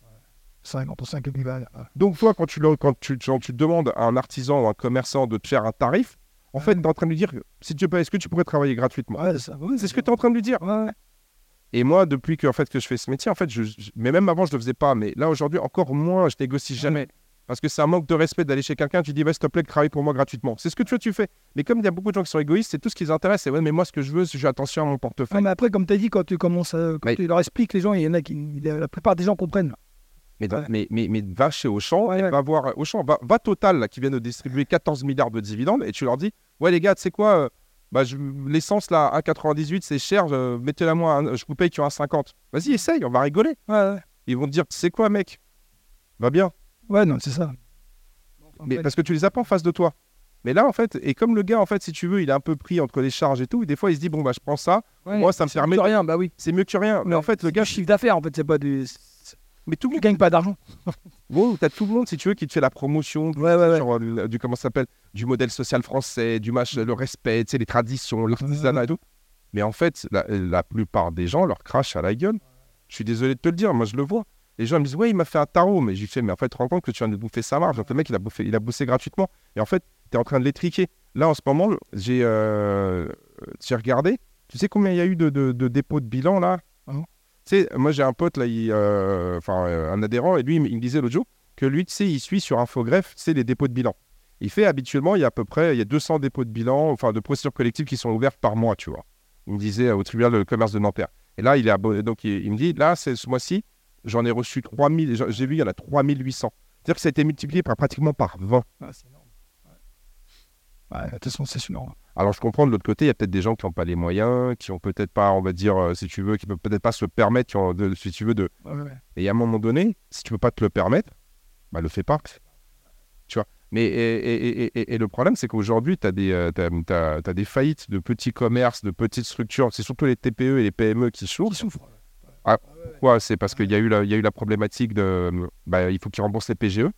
cinq entre cinq et dix balles. Ouais. Donc toi, quand tu, le, quand tu, genre, tu demandes à un artisan ou un commerçant de te faire un tarif, en fait, tu es en train de lui dire, si tu peux, est-ce que tu pourrais travailler gratuitement? Ouais, ça, ouais, C'est ce que tu es en train de lui dire. Ouais. Et moi, depuis que, en fait, que je fais ce métier, en fait, je, je- mais même avant, je le faisais pas. Mais là, aujourd'hui, encore moins, je négocie jamais. Parce que c'est un manque de respect d'aller chez quelqu'un, tu dis, va, s'il te plaît, travaille pour moi gratuitement. C'est ce que tu veux, tu fais. Mais comme il y a beaucoup de gens qui sont égoïstes, c'est tout ce qui les intéresse. C'est, ouais, mais moi, ce que je veux, c'est que j'ai attention à mon Ouais, portefeuille. mais après, comme tu as dit, quand tu commences à, quand Mais- tu leur expliques, les gens, il y en a qui, la plupart des gens comprennent. Mais, Ouais. mais, mais, mais va chez Auchan, Ouais, ouais. va voir Auchan, va, va Total, là, qui vient de distribuer quatorze milliards de dividendes, et tu leur dis, ouais, les gars, tu sais quoi, euh, bah, je- l'essence, là, un virgule quatre-vingt-dix-huit, c'est cher, je- mettez-la moi, un- je vous paye que un virgule cinquante. Vas-y, essaye, on va rigoler. Ouais, ouais. Ils vont te dire, c'est quoi, mec? Va bien. Ouais, non, c'est ça. Mais parce que tu les as pas en face de toi. Mais là, en fait, et comme le gars, en fait, si tu veux, il est un peu pris entre les charges et tout, des fois, il se dit, bon, bah, je prends ça, Ouais, moi, ça me c'est permet. mieux que rien, bah oui. C'est mieux que rien. Mais en fait, le C'est gars, du chiffre d'affaires, en fait, c'est pas du. mais tout le Tu monde, gagnes pas d'argent. bon, t'as tout le monde, si tu veux, qui te fait la promotion, Ouais, ouais, ouais. genre, euh, du, comment ça s'appelle, du modèle social français, du match, le respect, tu sais, les traditions, l'artisanat et tout. Mais en fait, la, la plupart des gens leur crachent à la gueule. Je suis désolé de te le dire, moi, je le vois. Les gens me disent, ouais, il m'a fait un tarot, mais j'ai fait, mais en fait, tu te rends compte que tu viens de bouffer sa marge. Donc, le mec, il a, bouffé, il a bossé gratuitement. Et en fait, tu es en train de l'étriquer. Là, en ce moment, j'ai euh, j'ai regardé. Tu sais combien il y a eu de, de, de dépôts de bilan, là? Ah. Tu sais, moi, j'ai un pote, là, il, euh, enfin, euh, un adhérent, et lui, il me il me disait l'autre jour que lui, tu sais, il suit sur Infogreffe, tu sais, les dépôts de bilan. Il fait habituellement, il y a à peu près, il y a deux cents dépôts de bilan, enfin, de procédures collectives qui sont ouvertes par mois, tu vois. Il me disait euh, au tribunal de commerce de Nanterre. Et là, il est abonné, donc il, il me dit, là, c'est ce mois-ci, j'en ai reçu trois mille, j'ai j'ai vu, il y en a trois mille huit cents. C'est-à-dire que ça a été multiplié par pratiquement par vingt. Ah, c'est énorme. Ouais. Ouais, de toute façon, c'est sûr. Alors, je comprends de l'autre côté, il y a peut-être des gens qui n'ont pas les moyens, qui ont peut-être pas, on va dire, euh, si tu veux, qui ne peuvent peut-être pas se permettre, qui ont de- si tu veux, de. Ouais, ouais, ouais. Et à un moment donné, si tu ne peux pas te le permettre, bah, le fais pas. Tu vois. Mais et, et, et, et, et le problème, c'est qu'aujourd'hui, tu as des, euh, t'as, t'as, t'as des faillites de petits commerces, de petites structures. C'est surtout les T P E et les P M E qui Qui souffrent. souffrent. Ah, pourquoi? C'est parce qu'il y a eu la, il y a eu la problématique de. Bah, il faut qu'ils remboursent les P G E.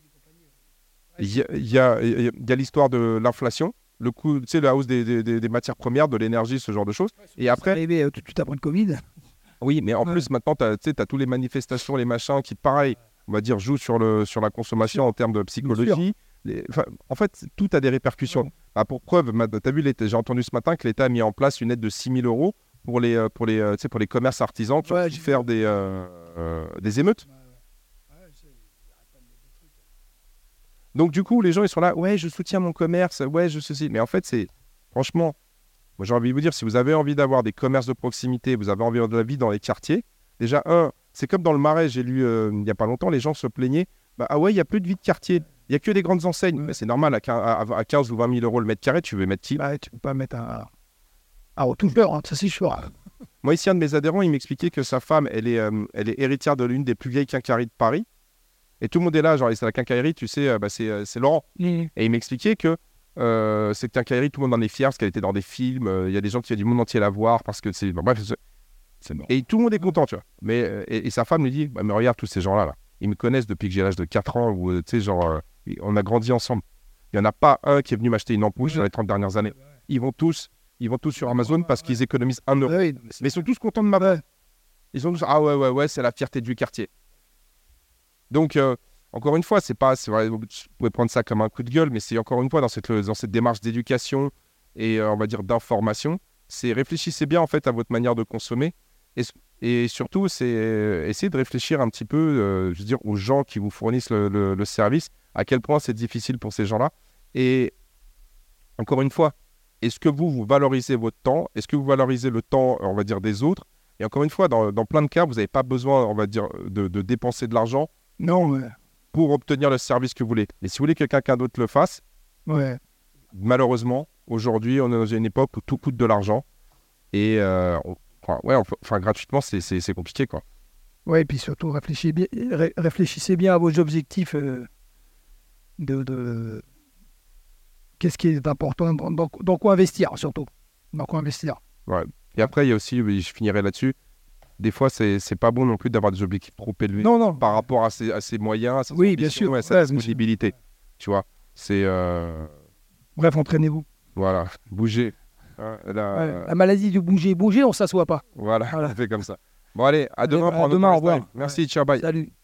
Il y a, il y a, il y a- il y a l'histoire de l'inflation, le coût, tu sais, la hausse des, des, des- des matières premières, de l'énergie, ce genre de choses. Et après, Arrivé euh, tout de suite après le Covid. oui, mais en Ouais. plus, maintenant, tu as, toutes les manifestations, les machins qui, pareil, on va dire, jouent sur, le, sur la consommation en termes de psychologie. Les- enfin, en fait, tout a des répercussions. Ouais. Bah, pour preuve, tu as vu, l'État- j'ai entendu ce matin que l'État a mis en place une aide de six mille euros pour les, euh, pour les, euh, tu sais, pour les commerces artisans qui Ouais, ont j'ai pu faire des, euh, euh, des émeutes. Donc, du coup, les gens, ils sont là, ouais, je soutiens mon commerce, ouais, je ceci. Mais en fait, c'est, franchement, moi, j'ai envie de vous dire, si vous avez envie d'avoir des commerces de proximité, vous avez envie de la vie dans les quartiers, déjà, un, c'est comme dans le Marais, j'ai lu euh, il n'y a pas longtemps, les gens se plaignaient, bah, ah ouais, il n'y a plus de vie de quartier, il n'y a que des grandes enseignes. Ouais. Mais c'est normal, à quinze, à- à quinze ou vingt mille euros le mètre carré, tu veux mettre qui? Bah, tu peux pas mettre un. Ah, retoucheur, hein, ça c'est sûr. Moi, ici, un de mes adhérents, il m'expliquait que sa femme, elle est, euh, elle est héritière de l'une des plus vieilles quincailleries de Paris. Et tout le monde est là, genre, c'est la quincaillerie, tu sais, euh, bah, c'est, euh, c'est Laurent. Et- Et il m'expliquait que euh, cette quincaillerie, tout le monde en est fier parce qu'elle était dans des films. euh, Il y a des gens qui viennent du monde entier la voir parce que c'est. Bon, bref, c'est- C'est bon. et tout le monde est content, tu vois. Mais, euh, et, et sa femme lui dit bah, mais regarde tous ces gens-là, là. Ils me connaissent depuis que j'ai l'âge de quatre ans, ou euh, tu sais, genre, euh, on a grandi ensemble. Il n'y en a pas un qui est venu m'acheter une ampoule sur les trente dernières années. Ils vont tous, ils vont tous sur Amazon parce qu'ils économisent un euro. Ouais, oui, mais c'est- Mais ils sont tous contents de ma Ouais. Ils sont tous ah ouais, ouais, ouais, c'est la fierté du quartier. Donc, euh, encore une fois, c'est pas, c'est vrai, vous pouvez prendre ça comme un coup de gueule, mais c'est encore une fois dans cette, dans cette démarche d'éducation et euh, on va dire d'information, c'est réfléchissez bien en fait à votre manière de consommer et, et surtout c'est euh, essayer de réfléchir un petit peu, euh, je veux dire, aux gens qui vous fournissent le, le- le service, à quel point c'est difficile pour ces gens-là. Et encore une fois, est-ce que vous, vous valorisez votre temps? Est-ce que vous valorisez le temps, on va dire, des autres? Et encore une fois, dans, dans plein de cas, vous n'avez pas besoin, on va dire, de, de dépenser de l'argent Non, mais. pour obtenir le service que vous voulez. Et si vous voulez que quelqu'un d'autre le fasse, Ouais. malheureusement, Aujourd'hui, on est dans une époque où tout coûte de l'argent. Et euh, on- enfin, ouais, on peut- enfin, gratuitement, c'est, c'est, c'est compliqué, quoi. Ouais, et puis surtout, réfléchissez bien, ré- réfléchissez bien à vos objectifs euh, de, de- qu'est-ce qui est important, dans, dans- dans quoi investir, surtout. Dans quoi investir. Ouais. Et après, il y a aussi, oui, je finirai là-dessus, des fois, c'est, c'est pas bon non plus d'avoir des objectifs trop élevés Non, non. par rapport à ses, à ses moyens, à ses Oui, bien ambitions sûr. et à sa Ouais, bien sûr. disponibilité. Tu vois, c'est... euh, Bref, entraînez-vous. voilà, bouger. Hein, là, Ouais, euh, la maladie du bouger, bouger, on s'assoit pas. voilà, Voilà. on fait comme ça. Bon, allez, à Allez, demain à pour un autre demain, au Rest Time. revoir. Merci, ciao, bye. Salut.